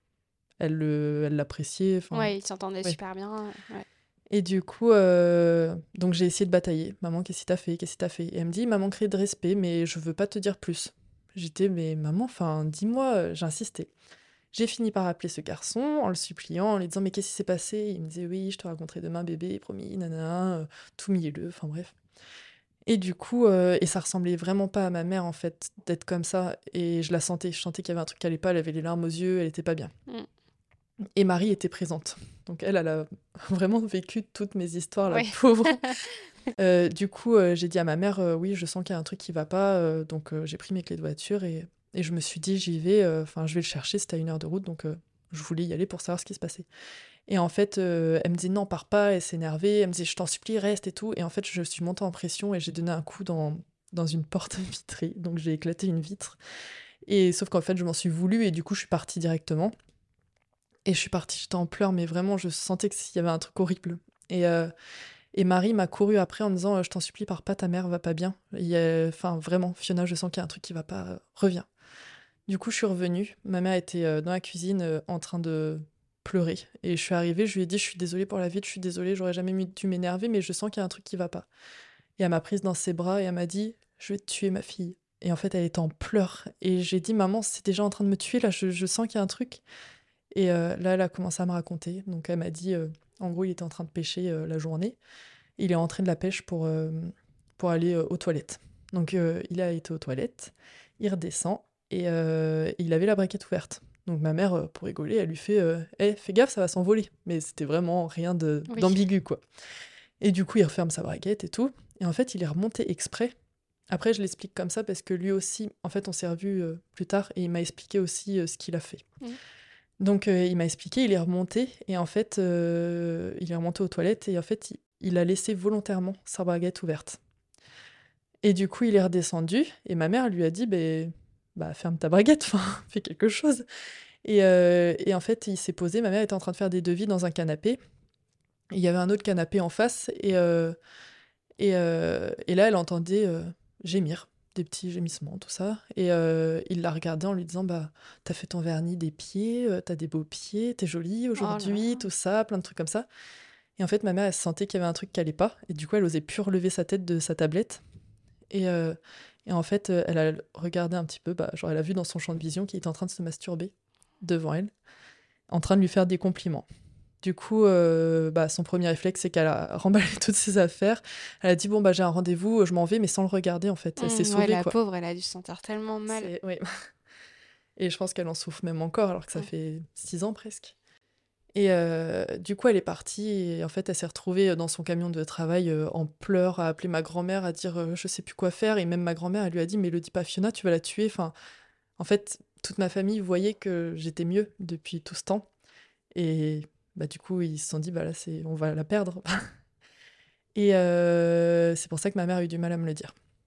elle l'appréciait, enfin, Ouais, ils s'entendaient ouais super bien, ouais. et du coup, donc j'ai essayé de batailler: «Maman, qu'est-ce qu'il t'a fait? Qu'est-ce qu'il t'a fait?» et elle me dit: «Il m'a manqué de respect, mais je veux pas te dire plus». J'étais: «Mais maman, enfin, dis-moi», j'insistais. J'ai fini par appeler ce garçon en le suppliant, en lui disant: «Mais qu'est-ce qui s'est passé?» Il me disait: «Oui, je te raconterai demain bébé, promis, nanana», tout mielleux, enfin bref. Et du coup, et ça ressemblait vraiment pas à ma mère en fait, d'être comme ça et je la sentais, je sentais qu'il y avait un truc qui allait pas, elle avait les larmes aux yeux, elle était pas bien. Mmh. Et Marie était présente. Donc elle a vraiment vécu toutes mes histoires, la Ouais. pauvre. Du coup, j'ai dit à ma mère: «Oui, je sens qu'il y a un truc qui va pas», donc j'ai pris mes clés de voiture et je me suis dit: «J'y vais, enfin je vais le chercher». C'était à 1 heure de route, donc je voulais y aller pour savoir ce qui se passait. Et en fait, elle me dit: «Non, pars pas», elle s'énervait, elle me disait: «Je t'en supplie, reste et tout» et en fait, je suis montée en pression et j'ai donné un coup dans une porte vitrée, donc j'ai éclaté une vitre et sauf qu'en fait, je m'en suis voulu et du coup, je suis partie directement et je suis partie, j'étais en pleurs, mais vraiment, je sentais qu'il y avait un truc horrible et heu et Marie m'a couru après en me disant: «Je t'en supplie, pars pas, ta mère va pas bien. Il y a enfin vraiment, Fiona, je sens qu'il y a un truc qui va pas, reviens». Du coup, je suis revenue. Ma mère était, dans la cuisine, en train de pleurer et je suis arrivée, je lui ai dit: «Je suis désolée pour la vite, je suis désolée, j'aurais jamais dû m'énerver, mais je sens qu'il y a un truc qui va pas». Et elle m'a prise dans ses bras et elle m'a dit: «Je vais te tuer ma fille». Et en fait, elle était en pleurs et j'ai dit: «Maman, c'est déjà en train de me tuer là, je sens qu'il y a un truc». Et là, elle a commencé à me raconter. Donc elle m'a dit, en gros, il était en train de pêcher, la journée. Il est rentré de la pêche pour aller, aux toilettes. Donc il a été aux toilettes, il redescend et il avait la braguette ouverte. Donc ma mère, pour rigoler, elle lui fait, «Eh, fais gaffe, ça va s'envoler». Mais c'était vraiment rien Oui. d'ambigu, quoi. Et du coup, il referme sa braguette et tout et en fait, il est remonté exprès. Après, je l'explique comme ça parce que lui aussi en fait, on s'est revus, plus tard et il m'a expliqué aussi, ce qu'il a fait. Mmh. Donc il m'a expliqué, il est remonté et en fait, il est remonté aux toilettes et en fait, il a laissé volontairement sa baguette ouverte et du coup, il est redescendu et ma mère lui a dit: «Bah, ferme ta baguette, enfin, fais quelque chose» et en fait, il s'est posé, ma mère était en train de faire des devis dans un canapé et il y avait un autre canapé en face et là, elle entendait, gémir, des petits gémissements, tout ça et il l'a regardée en lui disant: «Bah, tu fait ton vernis des pieds, tu des beaux pieds, t'es jolie Oh là aujourd'hui», là. tout ça, plein de trucs comme ça et en fait, ma mère, elle sentait qu'il y avait un truc qui allait pas et du coup, elle osait plus relever sa tête de sa tablette et heu et en fait, elle a regardé un petit peu, bah, genre, elle a vu dans son champ de vision qu'il était en train de se masturber devant elle, en train de lui faire des compliments. Du coup, bah, son premier réflexe, c'est qu'elle a remballé toutes ses affaires. Elle a dit: «Bon, bah, j'ai un rendez-vous, je m'en vais», mais sans le regarder, en fait. Elle s'est Ouais, sauvée, la quoi. pauvre, elle a dû se sentir tellement mal. C'est oui et je pense qu'elle en souffre même encore, alors que ça Mmh. fait 6 ans presque et du coup, elle est partie et en fait, elle s'est retrouvée, dans son camion de travail, en pleurs, à appeler ma grand-mère, à dire, «Je sais plus quoi faire» et même ma grand-mère, elle lui a dit: «Mais le dis pas à Fiona, tu vas la tuer». Enfin, en fait, toute ma famille voyait que j'étais mieux depuis tout ce temps et bah, du coup, ils se sont dit: «Bah, là, c'est on va la perdre». Et c'est pour ça que ma mère a eu du mal à me le dire.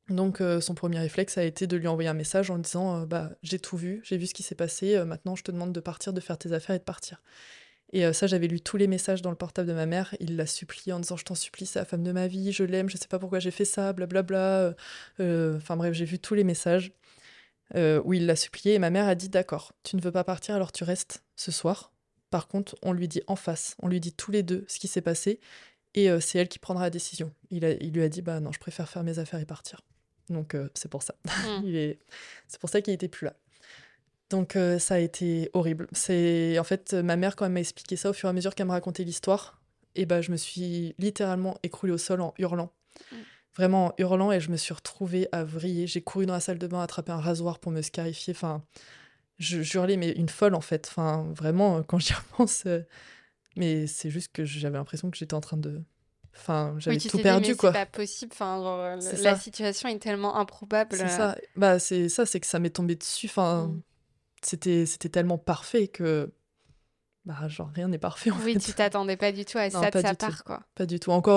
Donc son premier réflexe a été de lui envoyer un message en disant bah, j'ai tout vu, j'ai vu ce qui s'est passé, maintenant je te demande de partir, de faire tes affaires et de partir. Et ça, j'avais lu tous les messages dans le portable de ma mère. Il l'a supplié en disant je t'en supplie, c'est la femme de ma vie, je l'aime, je sais pas pourquoi j'ai fait ça, blablabla. Enfin bref, j'ai vu tous les messages où il l'a supplié et ma mère a dit d'accord, tu ne veux pas partir alors tu restes ce soir. Par contre, on lui dit en face, on lui dit tous les deux ce qui s'est passé et c'est elle qui prendra la décision. Il lui a dit bah non, je préfère faire mes affaires et partir. Donc c'est pour ça. Mm. C'est pour ça qu'il était plus là. Donc ça a été horrible. C'est en fait ma mère quand elle m'a expliqué ça au fur et à mesure qu'elle me racontait l'histoire, et ben je me suis littéralement écroulée au sol en hurlant. Mm. Vraiment en hurlant et je me suis retrouvée à vriller. J'ai couru dans la salle de bain, attrapé un rasoir pour me scarifier. Enfin, je hurlais mais une folle en fait. Enfin, vraiment quand j'y repense, mais c'est juste que j'avais l'impression que j'étais en train de, enfin, Oui, j'avais tu tout t'es dit, mais perdu c'est quoi. pas possible. Enfin, genre, C'est la ça, situation est tellement improbable. c'est ça. Bah c'est ça, c'est que ça m'est tombé dessus. Enfin, Mm. c'était tellement parfait que bah, genre rien n'est parfait en Oui, tu fait. t'attendais pas du tout à Non, ça de pas sa du tout. part, quoi. Pas du tout. Encore,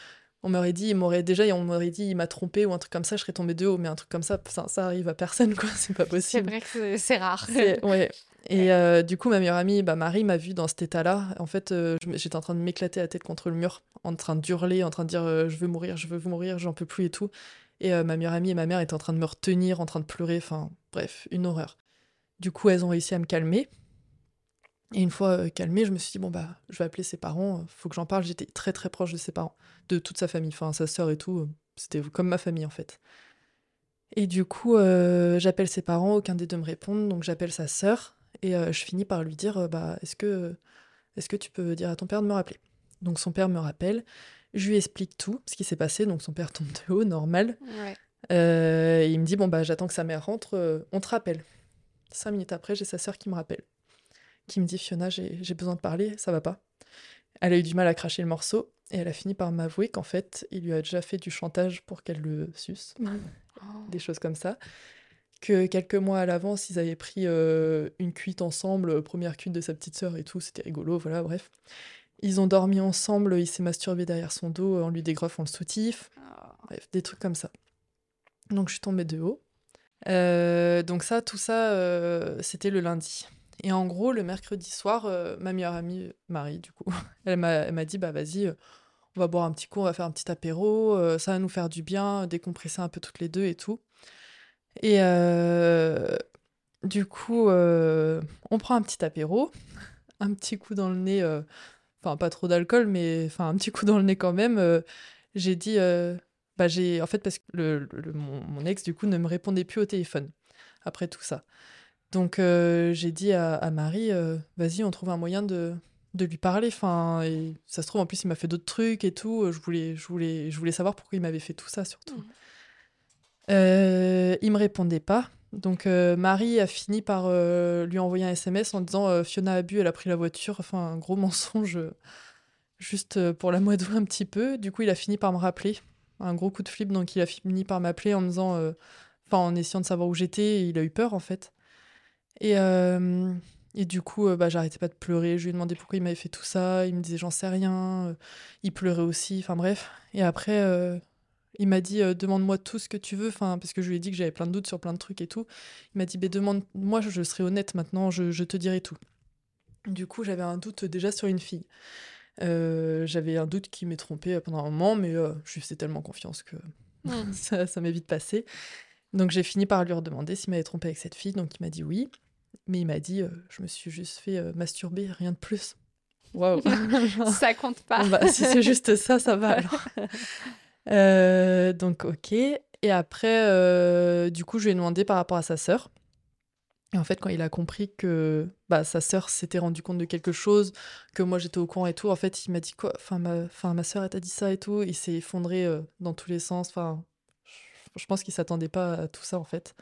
on m'aurait dit, il m'a trompé ou un truc comme ça, je serais tombée de haut, mais un truc comme ça arrive à personne, quoi, c'est pas C'est possible. vrai que c'est rare. Ouais. Ouais. Et du coup, ma meilleure amie, bah, Marie, m'a vue dans cet état-là. En fait, j'étais en train de m'éclater la tête contre le mur, en train d'hurler, en train de dire je veux mourir, j'en peux plus et tout. Et ma meilleure amie et ma mère étaient en train de me retenir, en train de pleurer, enfin, bref, une horreur. Du coup, elles ont réussi à me calmer. Et une fois calmée, je me suis dit, bon, bah, je vais appeler ses parents, faut que j'en parle. J'étais très très proche de ses parents, de toute sa famille, enfin sa sœur et tout. C'était comme ma famille en fait. Et du coup, j'appelle ses parents, aucun des deux me répond, donc j'appelle sa sœur et je finis par lui dire, bah, est-ce que tu peux dire à ton père de me rappeler? Donc son père me rappelle, je lui explique tout ce qui s'est passé, donc son père tombe de haut, normal. Ouais. Et il me dit, bon, bah, j'attends que sa mère rentre, on te rappelle. 5 minutes après, j'ai sa sœur qui me rappelle, qui me dit, Fiona, j'ai besoin de parler, ça va pas. Elle a eu du mal à cracher le morceau et elle a fini par m'avouer qu'en fait, il lui a déjà fait du chantage pour qu'elle le suce, Oh. des choses comme ça. Que quelques mois à l'avance, ils avaient pris une cuite ensemble, première cuite de sa petite sœur et tout, c'était rigolo, voilà, bref. Ils ont dormi ensemble, il s'est masturbé derrière son dos en lui dégreffant le soutif, Oh. bref, des trucs comme ça. Donc je suis tombée de haut. Donc ça, tout ça, c'était le lundi. Et en gros, le mercredi soir, ma meilleure amie, Marie, du coup, elle m'a dit, bah vas-y, on va boire un petit coup, on va faire un petit apéro, ça va nous faire du bien, décompresser un peu toutes les deux et tout. Et du coup, on prend un petit apéro, un petit coup dans le nez, enfin pas trop d'alcool, mais enfin un petit coup dans le nez quand même. J'ai dit, bah en fait parce que mon ex du coup ne me répondait plus au téléphone après tout ça. Donc j'ai dit à Marie, vas-y, on trouve un moyen de lui parler. Enfin, et ça se trouve en plus il m'a fait d'autres trucs et tout. Je voulais savoir pourquoi il m'avait fait tout ça surtout. Mm. Il me répondait pas. Donc Marie a fini par lui envoyer un SMS en disant Fiona a bu, elle a pris la voiture. Enfin, un gros mensonge juste pour l'amadouer un petit peu. Du coup, il a fini par me rappeler. Un gros coup de flip, donc il a fini par m'appeler en me disant, enfin en essayant de savoir où j'étais. Et il a eu peur en fait. Et, euh, et du coup, bah, j'arrêtais pas de pleurer. Je lui ai demandé pourquoi il m'avait fait tout ça. Il me disait j'en sais rien. Il pleurait aussi. Enfin bref. Et après, il m'a dit demande-moi tout ce que tu veux. Enfin, parce que je lui ai dit que j'avais plein de doutes sur plein de trucs et tout. Il m'a dit ben demande-moi, je serai honnête maintenant. Je te dirai tout. Du coup, j'avais un doute déjà sur une fille. J'avais un doute qu'il m'ait trompé pendant un moment, mais je lui faisais tellement confiance que Mm. ça m'est vite passé. Donc j'ai fini par lui redemander s'il m'avait trompé avec cette fille. Donc il m'a dit oui. Mais il m'a dit, je me suis juste fait masturber, rien de plus. Waouh. Ça compte pas. Bon, bah, si c'est juste ça, ça va alors. Donc, ok. Et après, du coup, je lui ai demandé par rapport à sa sœur. Et en fait, quand il a compris que bah, sa sœur s'était rendu compte de quelque chose, que moi j'étais au courant et tout, en fait, il m'a dit quoi? Enfin, ma sœur, elle t'a dit ça et tout. Il s'est effondré dans tous les sens. Enfin, je pense qu'il s'attendait pas à tout ça, en fait.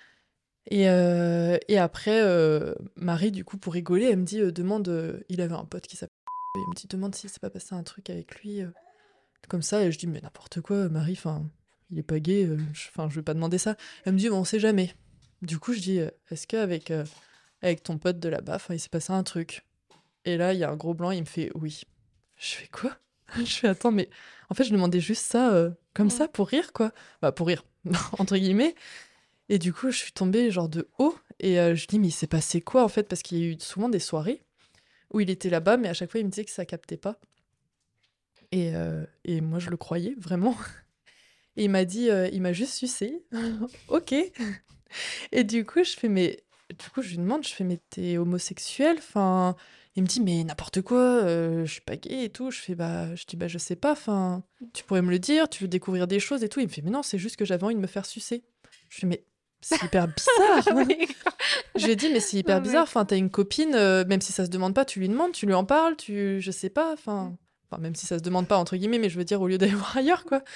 Et après, Marie, du coup, pour rigoler, elle me dit demande. Il avait un pote qui s'appelle. Il me dit demande s'il s'est pas passé un truc avec lui. Comme ça, et je dis mais n'importe quoi, Marie, enfin, il est pas gay, enfin, je vais pas demander ça. Elle me dit, bon, on sait jamais. Du coup, je dis, est-ce qu'avec avec ton pote de là-bas, il s'est passé un truc? Et là, il y a un gros blanc, il me fait, oui. Je fais quoi? Je fais, attends, mais en fait, je demandais juste ça, comme Mm. ça, pour rire, quoi. Bah, pour rire. entre guillemets. Et du coup, je suis tombée genre de haut et je dis: «Mais il s'est passé quoi, en fait?» parce qu'il y a eu souvent des soirées où il était là-bas, mais à chaque fois, il me disait que ça captait pas et moi, je le croyais vraiment et il m'a dit, «Il m'a juste sucé». OK et du coup, je fais: «Mais» du coup, je lui demande, je fais: «Mais tu homosexuel?» enfin, il me dit: «Mais n'importe quoi, je suis pas gay et tout». Je dis: «Bah, je sais pas, enfin, tu pourrais me le dire, tu veux découvrir des choses et tout». Il me fait: «Mais non, c'est juste que j'avais envie de me faire sucer». Je fais: «Mais c'est hyper bizarre!» Oh my god! Je lui ai dit: «Mais c'est hyper Oh my bizarre, enfin, god. tu une copine, même si ça se demande pas, tu lui demandes, tu lui en parles, je sais pas, enfin, même si ça se demande pas entre guillemets, mais je veux dire au lieu d'aller voir ailleurs, quoi».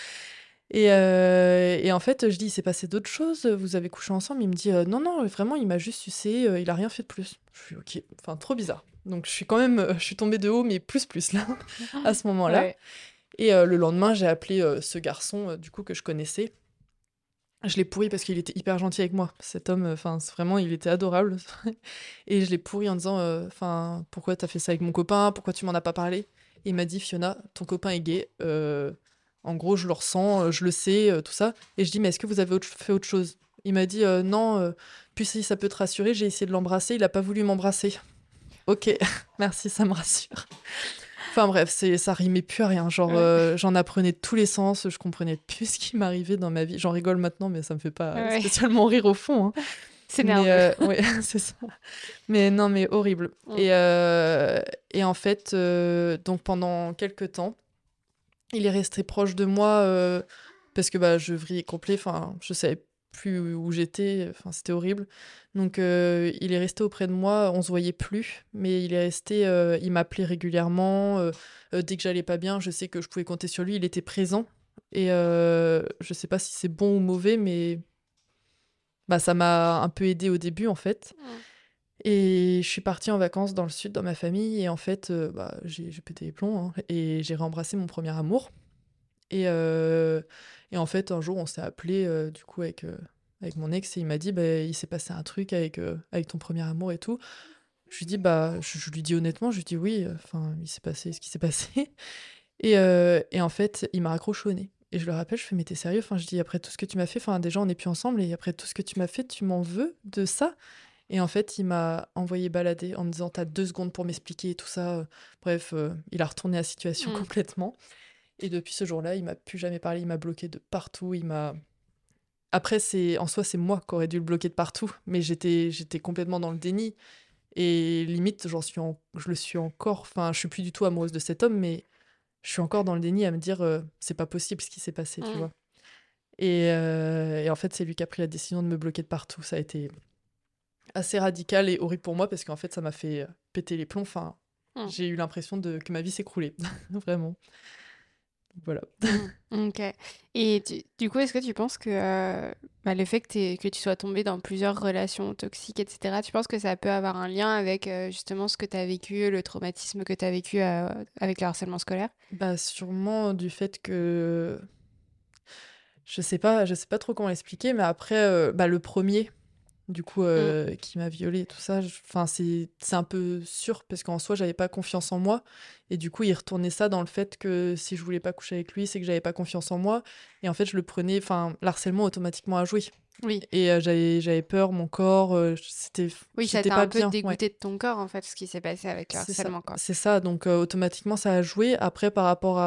Et en fait, je dis: «Il s'est passé d'autres choses, vous avez couché ensemble?» Il me dit: «Non, non, vraiment, il m'a juste sucé, il a rien fait de plus». Je fais: «OK», enfin, trop bizarre. Donc je suis quand même, je suis tombée de haut, mais plus là, à ce moment-là. Ouais. Et le lendemain, j'ai appelé, ce garçon, du coup, que je connaissais. Je l'ai pourri parce qu'il était hyper gentil avec moi. Cet homme, enfin, c'est vraiment, il était adorable. Et je l'ai pourri en disant, enfin: «Pourquoi t'as fait ça avec mon copain? Pourquoi tu m'en as pas parlé?» Et il m'a dit: «Fiona, ton copain est gay, en gros, je le ressens, je le sais, tout ça». Et je dis: «Mais est-ce que vous avez fait autre chose?» Il m'a dit: Non, puis si ça peut te rassurer, j'ai essayé de l'embrasser, il a pas voulu m'embrasser». OK, merci, ça me rassure. Enfin bref, ça rimait plus à rien. Genre, Ouais. j'en apprenais de tous les sens, je comprenais plus ce qui m'arrivait dans ma vie. J'en rigole maintenant, mais ça me fait pas Ouais. spécialement rire au fond, hein. C'est Mais nerveux. ouais, c'est ça. Mais non, mais horrible. Mmh. Et en fait, donc pendant quelques temps, il est resté proche de moi, parce que, bah, je vrillais complet, enfin, je savais plus où j'étais, enfin, c'était horrible. Donc il est resté auprès de moi, on se voyait plus, mais il est resté, il m'appelait régulièrement, dès que j'allais pas bien, je sais que je pouvais compter sur lui, il était présent et je sais pas si c'est bon ou mauvais, mais bah, ça m'a un peu aidée au début, en fait. Mmh. Et je suis partie en vacances dans le sud, dans ma famille et en fait, bah, j'ai pété les plombs, hein et j'ai réembrassé mon premier amour. Et en fait, un jour, on s'est appelé du coup, avec mon ex et il m'a dit: «Bah, il s'est passé un truc avec ton premier amour et tout». Je lui dis: «Bah», je lui dis honnêtement, je lui dis: «Oui, enfin, il s'est passé ce qui s'est passé». Et en fait, il m'a raccroché au nez et je le rappelle, je fais: «Mais tu sérieux?» Enfin, je dis: «Après tout ce que tu m'as fait, enfin, déjà, on n'est plus ensemble et après tout ce que tu m'as fait, tu m'en veux de ça?» Et en fait, il m'a envoyé balader en me disant: «Tu as 2 secondes pour m'expliquer» et tout ça, bref, il a retourné la situation Mmh. complètement. Et depuis ce jour-là, il m'a plus jamais parlé, il m'a bloqué de partout, il m'a après c'est en soi, c'est moi qui aurais dû le bloquer de partout, mais j'étais complètement dans le déni et limite je le suis encore, enfin, je suis plus du tout amoureuse de cet homme, mais je suis encore dans le déni à me dire, «C'est pas possible ce qui s'est passé», tu Mmh. vois? Et en fait, c'est lui qui a pris la décision de me bloquer de partout. Ça a été assez radical et horrible pour moi parce qu'en fait, ça m'a fait, péter les plombs, enfin, Mmh. j'ai eu l'impression que ma vie s'écroulait, vraiment. Voilà. Mmh. OK. Et du coup, est-ce que tu penses que, bah, le fait que tu sois tombée dans plusieurs relations toxiques et cetera, tu penses que ça peut avoir un lien avec, justement ce que tu as vécu, le traumatisme que tu as vécu, avec le harcèlement scolaire? Bah, sûrement du fait que je sais pas trop comment l'expliquer, mais après, bah, le premier du coup, Mmh. qui m'a violée et tout ça, enfin, c'est un peu sûr parce qu'en soi, j'avais pas confiance en moi et du coup, il retournait ça dans le fait que si je voulais pas coucher avec lui, c'est que j'avais pas confiance en moi et en fait, je le prenais enfin, l'harcèlement automatiquement a joué Oui. et j'avais peur, mon corps, Oui, ça j'étais t'a pas un peu bien, ouais. dégoûté de ton corps, en fait, ce qui s'est passé avec le harcèlement, quoi. C'est ça, donc automatiquement, ça a joué. Après, par rapport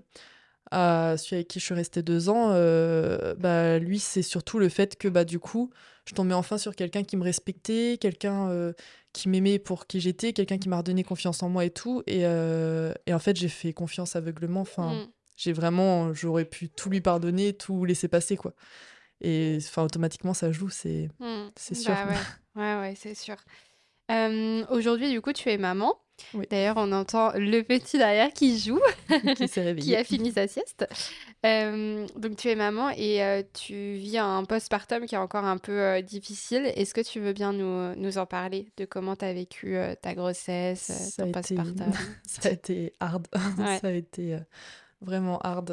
à celui avec qui je suis restée 2 ans, bah, lui, c'est surtout le fait que, bah, du coup, je tombais enfin sur quelqu'un qui me respectait, quelqu'un, qui m'aimait pour qui j'étais, quelqu'un qui m'a redonné confiance en moi et tout et en fait, j'ai fait confiance aveuglement. Enfin, Mmh. j'aurais pu tout lui pardonner, tout laisser passer, quoi et enfin, automatiquement, ça joue, Mmh. c'est sûr. Bah, ouais. Ouais, ouais, c'est sûr. Aujourd'hui, du coup, tu es maman. Oui, D'ailleurs, on entend le petit derrière qui joue, qui s'est qui réveillé. a fini sa sieste. Donc tu es maman et tu vis un postpartum qui est encore un peu, difficile. Est-ce que tu veux bien nous en parler de comment tu as vécu, ta grossesse, Ça a ton été postpartum? ça a été hard. Ouais. Ça a été, vraiment hard.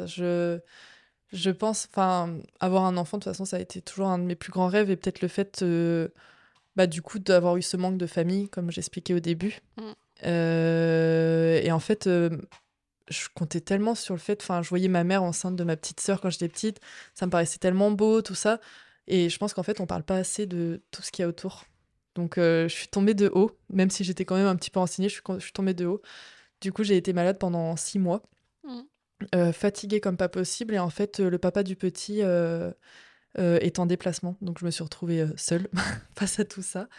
Je pense enfin, avoir un enfant, de toute façon, ça a été toujours un de mes plus grands rêves et peut-être le fait, bah, du coup, d'avoir eu ce manque de famille, comme j'expliquais au début. Mmh. Et en fait, je comptais tellement sur le fait, enfin, je voyais ma mère enceinte de ma petite sœur quand j'étais petite, ça me paraissait tellement beau, tout ça. Et je pense qu'en fait, on parle pas assez de tout ce qu'il y a autour. Donc, je suis tombée de haut, même si j'étais quand même un petit peu renseignée, je suis tombée de haut. Du coup, j'ai été malade pendant 6 mois, Mmh. fatiguée comme pas possible. Et en fait, le papa du petit est en déplacement. Donc, je me suis retrouvée seule face à tout ça.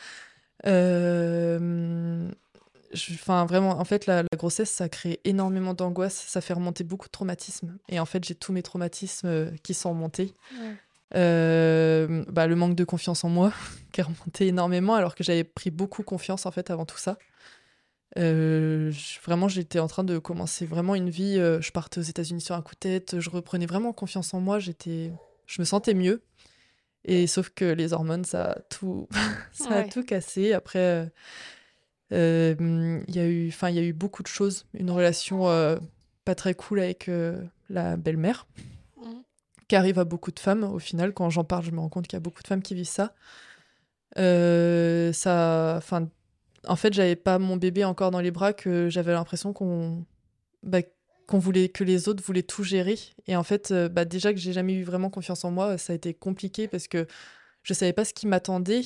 Euh, Enfin, vraiment, en fait, la grossesse, ça crée énormément d'angoisse, ça fait remonter beaucoup de traumatismes. Et en fait, j'ai tous mes traumatismes qui sont remontés. Ouais. Bah, le manque de confiance en moi, qui est remonté énormément, alors que j'avais pris beaucoup confiance, en fait, avant tout ça. Vraiment, j'étais en train de commencer vraiment une vie. Je partais aux États-Unis sur un coup de tête, je reprenais vraiment confiance en moi, je me sentais mieux. Et sauf que les hormones, ça a tout, ça a Ouais. tout cassé. Après, il y a eu beaucoup de choses. Une relation pas très cool avec la belle-mère, Mmh. qui arrive à beaucoup de femmes. Au final, quand j'en parle, je me rends compte qu'il y a beaucoup de femmes qui vivent ça. Enfin, en fait, j'avais pas mon bébé encore dans les bras, que j'avais l'impression bah, qu'on voulait, que les autres voulaient tout gérer. Et en fait, bah, déjà que j'ai jamais eu vraiment confiance en moi, ça a été compliqué parce que je savais pas ce qui m'attendait.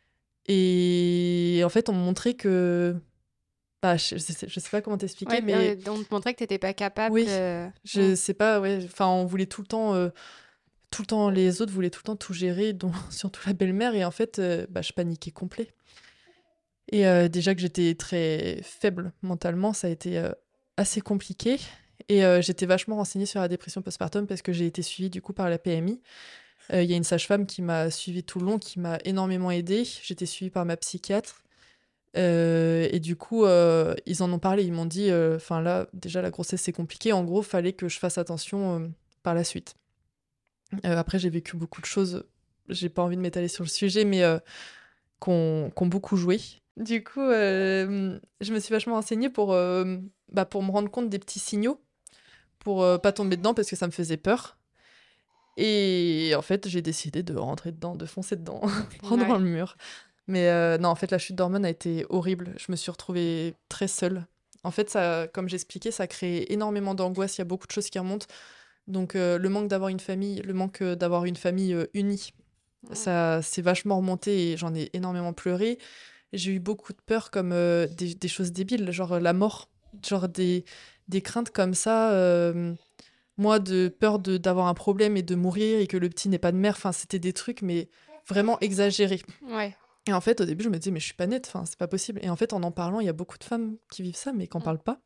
Et en fait, on me montrait que, bah, je sais pas comment t'expliquer, Ouais, mais on te montrait que t'étais pas capable oui, de. Mmh. je sais pas, ouais. Enfin, on voulait tout le temps, les autres voulaient tout le temps tout gérer, dont surtout la belle-mère. Et en fait, bah, je paniquais complet. Et déjà que j'étais très faible mentalement, ça a été assez compliqué. Et j'étais vachement renseignée sur la dépression postpartum parce que j'ai été suivie du coup par la PMI. Il y a une sage-femme qui m'a suivie tout le long, qui m'a énormément aidée. J'étais suivie par ma psychiatre. Et du coup, ils en ont parlé. Ils m'ont dit, enfin là, déjà la grossesse c'est compliqué. En gros, fallait que je fasse attention par la suite. Après, j'ai vécu beaucoup de choses. J'ai pas envie de m'étaler sur le sujet, mais qui ont beaucoup joué. Du coup, je me suis vachement renseignée pour me rendre compte des petits signaux, pour pas tomber dedans parce que ça me faisait peur. Et en fait, j'ai décidé de rentrer dedans, de foncer dedans, droit dans Ouais. le mur. Mais non, en fait, la chute d'hormones a été horrible. Je me suis retrouvée très seule. En fait, ça, comme j'expliquais, ça crée énormément d'angoisse. Il y a beaucoup de choses qui remontent. Donc, le manque d'avoir une famille, le manque d'avoir une famille unie, Mmh. ça c'est vachement remonté et j'en ai énormément pleuré. J'ai eu beaucoup de peur comme des choses débiles, genre la mort, genre des craintes comme ça. Moi, de peur d'avoir un problème et de mourir et que le petit n'ait pas de mère, enfin, c'était des trucs, mais vraiment exagérés. Ouais. Et en fait, au début, je me disais, mais je suis pas nette, enfin, c'est pas possible. Et en fait, en parlant, il y a beaucoup de femmes qui vivent ça, mais qui n'en Mmh. parlent pas.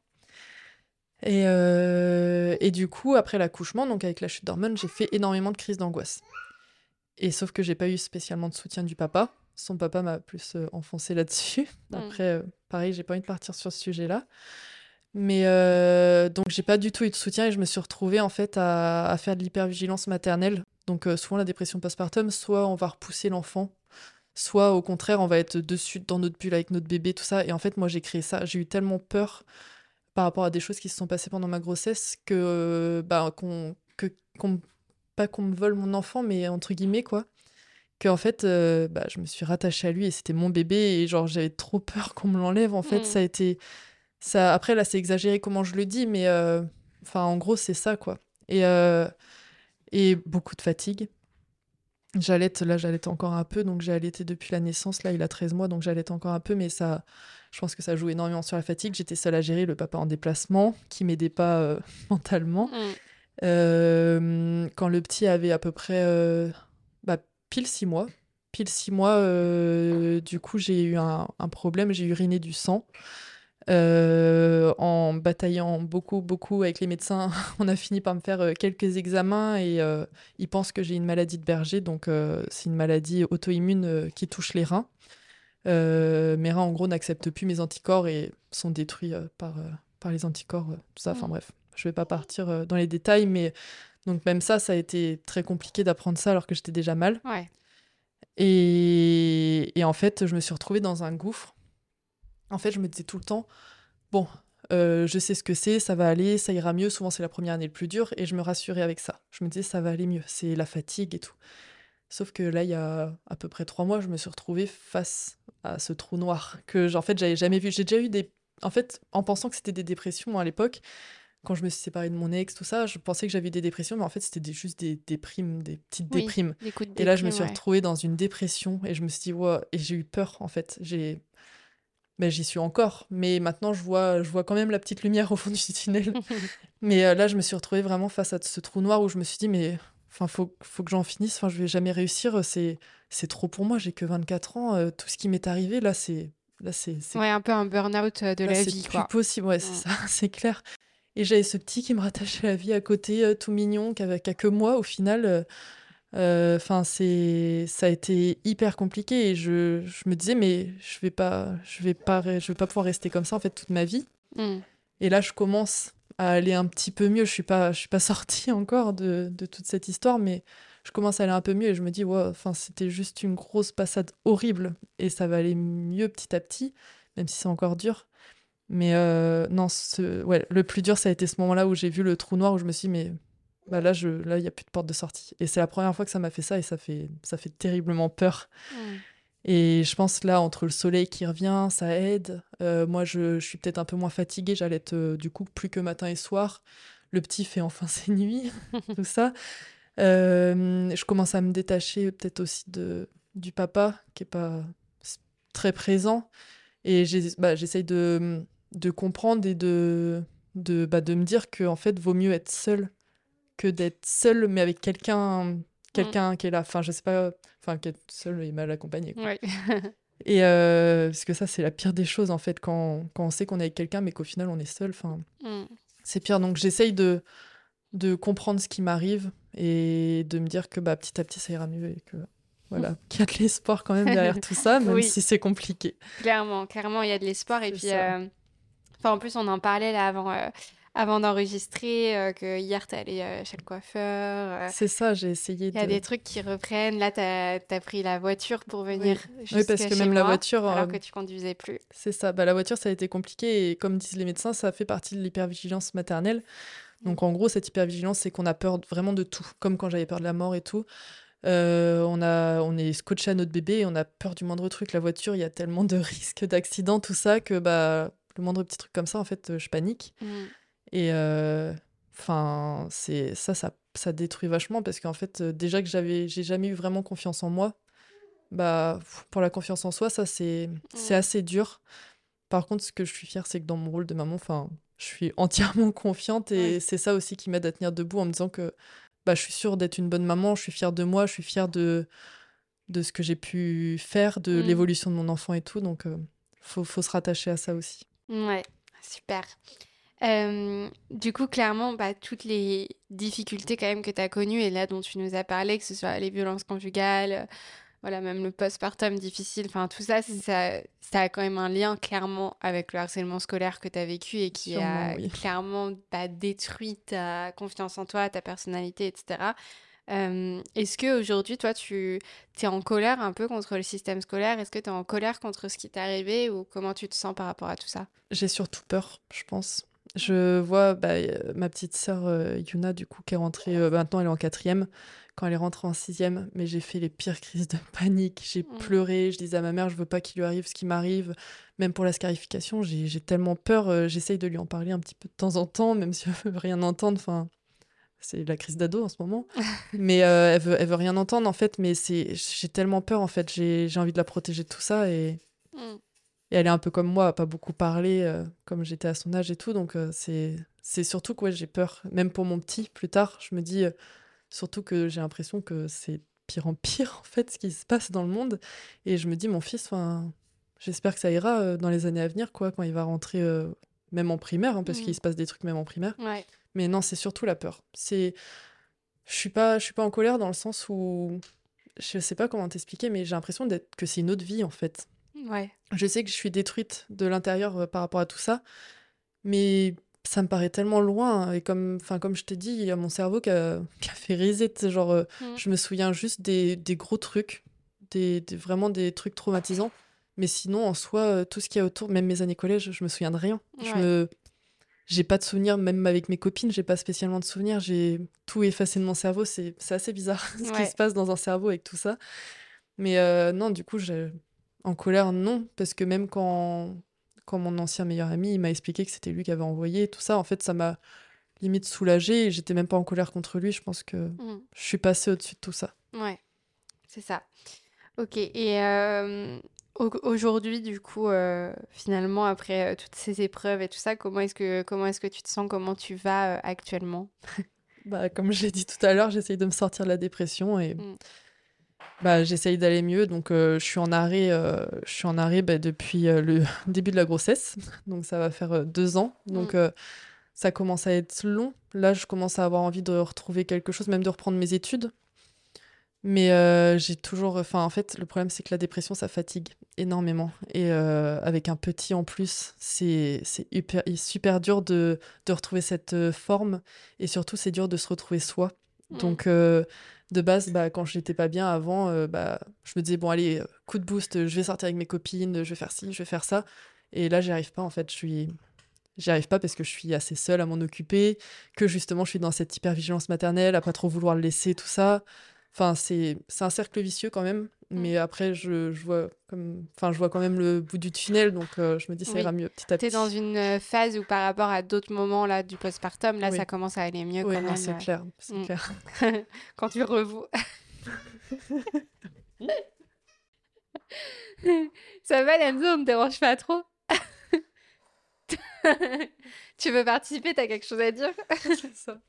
Et du coup, après l'accouchement, donc avec la chute d'hormones, j'ai fait énormément de crises d'angoisse. Et sauf que j'ai pas eu spécialement de soutien du papa. Son papa m'a plus enfoncé là-dessus. Mmh. Après, pareil, j'ai pas envie de partir sur ce sujet-là. Mais donc, j'ai pas du tout eu de soutien et je me suis retrouvée en fait à faire de l'hypervigilance maternelle. Donc, souvent la dépression postpartum, soit on va repousser l'enfant, soit au contraire, on va être dessus dans notre bulle avec notre bébé, tout ça. Et en fait, moi, j'ai créé ça. J'ai eu tellement peur par rapport à des choses qui se sont passées pendant ma grossesse que, bah, pas qu'on me vole mon enfant, mais entre guillemets, quoi. Que en fait, bah, je me suis rattachée à lui et c'était mon bébé et genre j'avais trop peur qu'on me l'enlève. En fait, Mmh. ça a été ça. Après là, c'est exagéré comment je le dis, mais enfin en gros c'est ça quoi. Et beaucoup de fatigue. J'allaite encore un peu, donc j'ai allaité depuis la naissance. Là, il a 13 mois, donc j'allaite encore un peu, mais ça, je pense que ça joue énormément sur la fatigue. J'étais seule à gérer, le papa en déplacement, qui m'aidait pas mentalement. Mmh. Quand le petit avait à peu près bah, pile 6 mois, du coup j'ai eu un problème, j'ai uriné du sang. En bataillant beaucoup, beaucoup avec les médecins, on a fini par me faire quelques examens et ils pensent que j'ai une maladie de Berger, donc c'est une maladie auto-immune qui touche les reins. Mes reins, en gros, n'acceptent plus mes anticorps et sont détruits par les anticorps, tout ça. Enfin Mmh. bref, je vais pas partir dans les détails, mais donc même ça a été très compliqué d'apprendre ça alors que j'étais déjà mal. Ouais. Et en fait, je me suis retrouvée dans un gouffre. En fait, je me disais tout le temps, bon, je sais ce que c'est, ça va aller, ça ira mieux. Souvent, c'est la première année le plus dur et je me rassurais avec ça. Je me disais, ça va aller mieux, c'est la fatigue et tout. Sauf que là, il y a à peu près 3 mois, je me suis retrouvée face à ce trou noir que, en fait, j'avais jamais vu. J'ai déjà eu des... En fait, en pensant que c'était des dépressions, moi, à l'époque, quand je me suis séparée de mon ex, tout ça, je pensais que j'avais des dépressions, mais en fait, c'était juste des déprimes, des petites Oui, déprimes. des coups de Et là, je me déprime, suis ouais. retrouvée dans une dépression et je me suis dit, ouais, et j'ai eu peur, en fait. J'y suis encore, mais maintenant, je vois quand même la petite lumière au fond du tunnel. Mais là, je me suis retrouvée vraiment face à ce trou noir où je me suis dit, mais enfin, faut que j'en finisse. Enfin, je vais jamais réussir. C'est trop pour moi. J'ai que 24 ans. Tout ce qui m'est arrivé, là, Ouais, un peu un burn-out de là, la c'est vie, plus quoi. possible. Ouais, Mm. c'est ça, c'est clair. Et j'avais ce petit qui me rattachait à la vie à côté, tout mignon, qui a que moi au final. Enfin, ça a été hyper compliqué et je me disais, mais je vais pas pouvoir rester comme ça en fait toute ma vie. Mm. Et là, je commence à aller un petit peu mieux. Je suis pas sortie encore de toute cette histoire, mais je commence à aller un peu mieux et je me dis, ouais, enfin, c'était juste une grosse passade horrible et ça va aller mieux petit à petit, même si c'est encore dur. Mais non, ouais, le plus dur, ça a été ce moment-là où j'ai vu le trou noir où je me suis dit, mais bah là, il n'y a plus de porte de sortie. Et c'est la première fois que ça m'a fait ça et ça fait terriblement peur. Mm. Et je pense là, entre le soleil qui revient, ça aide. Moi, je suis peut-être un peu moins fatiguée. J'allaite du coup plus que matin et soir. Le petit fait enfin ses nuits, tout ça. Je commence à me détacher peut-être aussi du papa qui est pas très présent. Et j'essaye de comprendre et de me dire que en fait, vaut mieux être seule que d'être seule, mais avec quelqu'un, Mm. quelqu'un qui est là. Enfin, je sais pas, enfin, qu'être seule et mal accompagnée, quoi. Ouais. Et parce que ça, c'est la pire des choses, en fait, quand on sait qu'on est avec quelqu'un, mais qu'au final, on est seul. Enfin, Mm. c'est pire. Donc, j'essaye de comprendre ce qui m'arrive et de me dire que bah, petit à petit, ça ira mieux et que voilà, qu'il y a de l'espoir quand même derrière tout ça, même Oui, si c'est compliqué. clairement, clairement, il y a de l'espoir. Et C'est puis, ça. enfin, en plus, on en parlait là avant d'enregistrer, que hier, t'es allée chez le coiffeur. C'est ça, j'ai essayé Il y a des de. trucs qui reprennent. Là, t'as pris la voiture pour venir Oui. Oui, parce jusqu'à que chez même la moi, voiture, alors que tu conduisais plus. c'est ça. Bah, la voiture, ça a été compliqué et comme disent les médecins, ça fait partie de l'hypervigilance maternelle. Mm. Donc en gros, cette hypervigilance, c'est qu'on a peur vraiment de tout, comme quand j'avais peur de la mort et tout. On est scotché à notre bébé et on a peur du moindre truc. La voiture, il y a tellement de risques d'accident, tout ça, que bah, le moindre petit truc comme ça, en fait, je panique. Mm. Et enfin, ça détruit vachement parce qu'en fait, déjà que j'ai jamais eu vraiment confiance en moi. Bah, pour la confiance en soi, ça, c'est Mm. assez dur. Par contre, ce que je suis fière, c'est que dans mon rôle de maman, enfin, je suis entièrement confiante Oui. et c'est ça aussi qui m'aide à tenir debout en me disant que bah, je suis sûre d'être une bonne maman, je suis fière de moi, je suis fière de ce que j'ai pu faire, de Mm. l'évolution de mon enfant et tout. Donc, faut se rattacher à ça aussi. Ouais, super. Du coup, clairement, bah, toutes les difficultés quand même que tu as connues et là dont tu nous as parlé, que ce soit les violences conjugales, voilà, même le postpartum difficile, enfin tout ça, Mm. ça a quand même un lien clairement avec le harcèlement scolaire que tu as vécu et qui Sûrement, a oui. clairement bah, détruit ta confiance en toi, ta personnalité, etc. Est-ce que aujourd'hui, toi, tu es en colère un peu contre le système scolaire? Est-ce que tu es en colère contre ce qui t'est arrivé ou comment tu te sens par rapport à tout ça? J'ai surtout peur, je pense. Je vois bah, ma petite sœur Yuna, du coup, qui est rentrée, maintenant elle est en quatrième, quand elle est rentrée en sixième, mais j'ai fait les pires crises de panique, j'ai Mm. pleuré, je disais à ma mère, je veux pas qu'il lui arrive ce qui m'arrive, même pour la scarification, j'ai tellement peur, j'essaye de lui en parler un petit peu de temps en temps, même si elle veut rien entendre, enfin, c'est la crise d'ado en ce moment, mais elle veut rien entendre en fait, mais j'ai tellement peur en fait, j'ai envie de la protéger de tout ça Mm. et elle est un peu comme moi, à pas beaucoup parler, comme j'étais à son âge et tout. Donc, c'est surtout que ouais, j'ai peur. Même pour mon petit, plus tard, je me dis surtout que j'ai l'impression que c'est pire en pire, en fait, ce qui se passe dans le monde. Et je me dis, mon fils, enfin, j'espère que ça ira dans les années à venir, quoi, quand il va rentrer, même en primaire, hein, parce qu'il Mm. se passe des trucs même en primaire. Ouais. Mais non, c'est surtout la peur. Je suis pas en colère dans le sens où, je sais pas comment t'expliquer, mais j'ai l'impression que c'est une autre vie, en fait. Ouais. Je sais que je suis détruite de l'intérieur par rapport à tout ça, mais ça me paraît tellement loin. Et comme je t'ai dit, il y a mon cerveau qui a fait reset. Genre, Mm. je me souviens juste des gros trucs, vraiment des trucs traumatisants. Mais sinon, en soi, tout ce qu'il y a autour, même mes années collège, je me souviens de rien. Ouais. J'ai pas de souvenirs, même avec mes copines, j'ai pas spécialement de souvenirs. J'ai tout effacé de mon cerveau. C'est assez bizarre ce qui Ouais. se passe dans un cerveau avec tout ça. Mais non, du coup, en colère, non, parce que même quand mon ancien meilleur ami il m'a expliqué que c'était lui qui avait envoyé tout ça, en fait, ça m'a limite soulagée et j'étais même pas en colère contre lui. Je pense que Mmh. je suis passée au-dessus de tout ça. Ouais, c'est ça. OK et aujourd'hui, du coup, finalement, après, toutes ces épreuves et tout ça, comment est-ce que tu te sens? Comment tu vas, actuellement? Bah, comme je l'ai dit tout à l'heure, j'essaye de me sortir de la dépression et Mmh. bah, j'essaye d'aller mieux. Donc, je suis en arrêt bah, depuis le début de la grossesse. Donc, ça va faire 2 ans. Mmh. Donc, ça commence à être long. Là, je commence à avoir envie de retrouver quelque chose, même de reprendre mes études. Mais j'ai toujours, enfin, en fait, le problème, c'est que la dépression, ça fatigue énormément. Et avec un petit en plus, c'est super dur de retrouver cette forme. Et surtout, c'est dur de se retrouver soi. Mmh. Donc, de base, bah, quand j'étais pas bien avant, bah, je me disais, bon, allez, coup de boost, je vais sortir avec mes copines, je vais faire ci, je vais faire ça. Et là, j'y arrive pas, en fait. J'y arrive pas parce que je suis assez seule à m'en occuper, que justement, je suis dans cette hypervigilance maternelle, à pas trop vouloir le laisser, tout ça. Enfin, c'est un cercle vicieux quand même, Mmh. mais après je vois quand même le bout du tunnel, donc je me dis: «Ça ira Oui. mieux petit à Tu es dans petit». une, phase où par rapport à d'autres moments là du postpartum, là ça Oui, commence à aller mieux oui, quand non, même, c'est clair, c'est mmh. clair. Quand tu revous. Ça va Lenzo, on me dérange pas trop? Tu veux participer? T'as quelque chose à dire? C'est ça.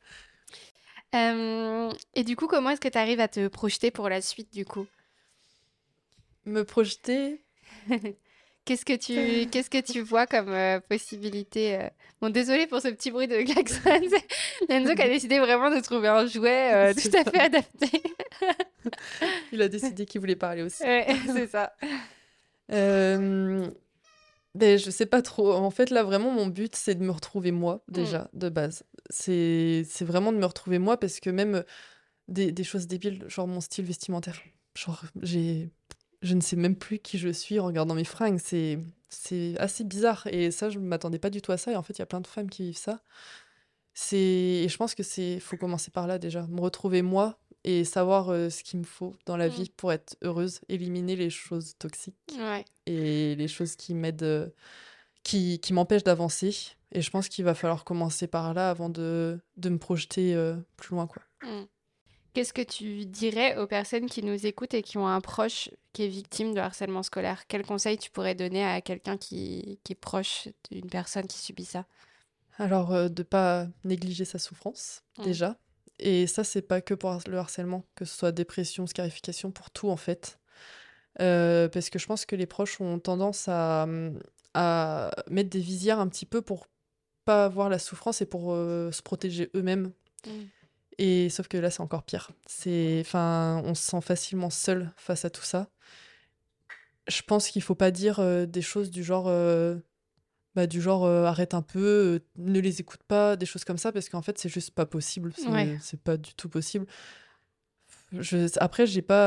Et du coup, comment est-ce que tu arrives à te projeter pour la suite du coup? Me projeter, Qu'est-ce que tu vois comme, possibilité, Bon désolée pour ce petit bruit de klaxon, c'est Lenzo qui a décidé vraiment de trouver un jouet, tout c'est à ça. fait adapté. Il a décidé qu'il voulait parler aussi. Ouais, c'est ça. Hem, beh, je sais pas trop. En fait, là, vraiment, mon but, c'est de me retrouver moi, Mmh. déjà, de base. C'est vraiment de me retrouver moi parce que même, des choses débiles, genre mon style vestimentaire. Genre, je ne sais même plus qui je suis en regardant mes fringues, c'est assez bizarre et ça, je m'attendais pas du tout à ça et en fait, il y a plein de femmes qui vivent ça. Et je pense que c'est faut commencer par là déjà, me retrouver moi et savoir, ce qu'il me faut dans la Mmh. vie pour être heureuse, éliminer les choses toxiques Ouais. et les choses qui m'aident, qui m'empêchent d'avancer et je pense qu'il va falloir commencer par là avant de me projeter, plus loin, quoi. Mmh. Qu'est-ce que tu dirais aux personnes qui nous écoutent et qui ont un proche qui est victime de harcèlement scolaire? Quel conseil tu pourrais donner à quelqu'un qui est proche d'une personne qui subit ça? Alors, de pas négliger sa souffrance, Mmh. déjà et ça, c'est pas que pour le harcèlement, que ce soit dépression, scarification, pour tout, en fait. Parce que je pense que les proches ont tendance à mettre des visières un petit peu pour pas voir la souffrance et pour, se protéger eux-mêmes Mmh. et sauf que là, c'est encore pire. On se sent facilement seul face à tout ça. Je pense qu'il faut pas dire, des choses du genre, «Arrête un peu, ne les écoute pas», des choses comme ça, parce qu'en fait, c'est juste pas possible, Ouais. c'est pas du tout possible. Après,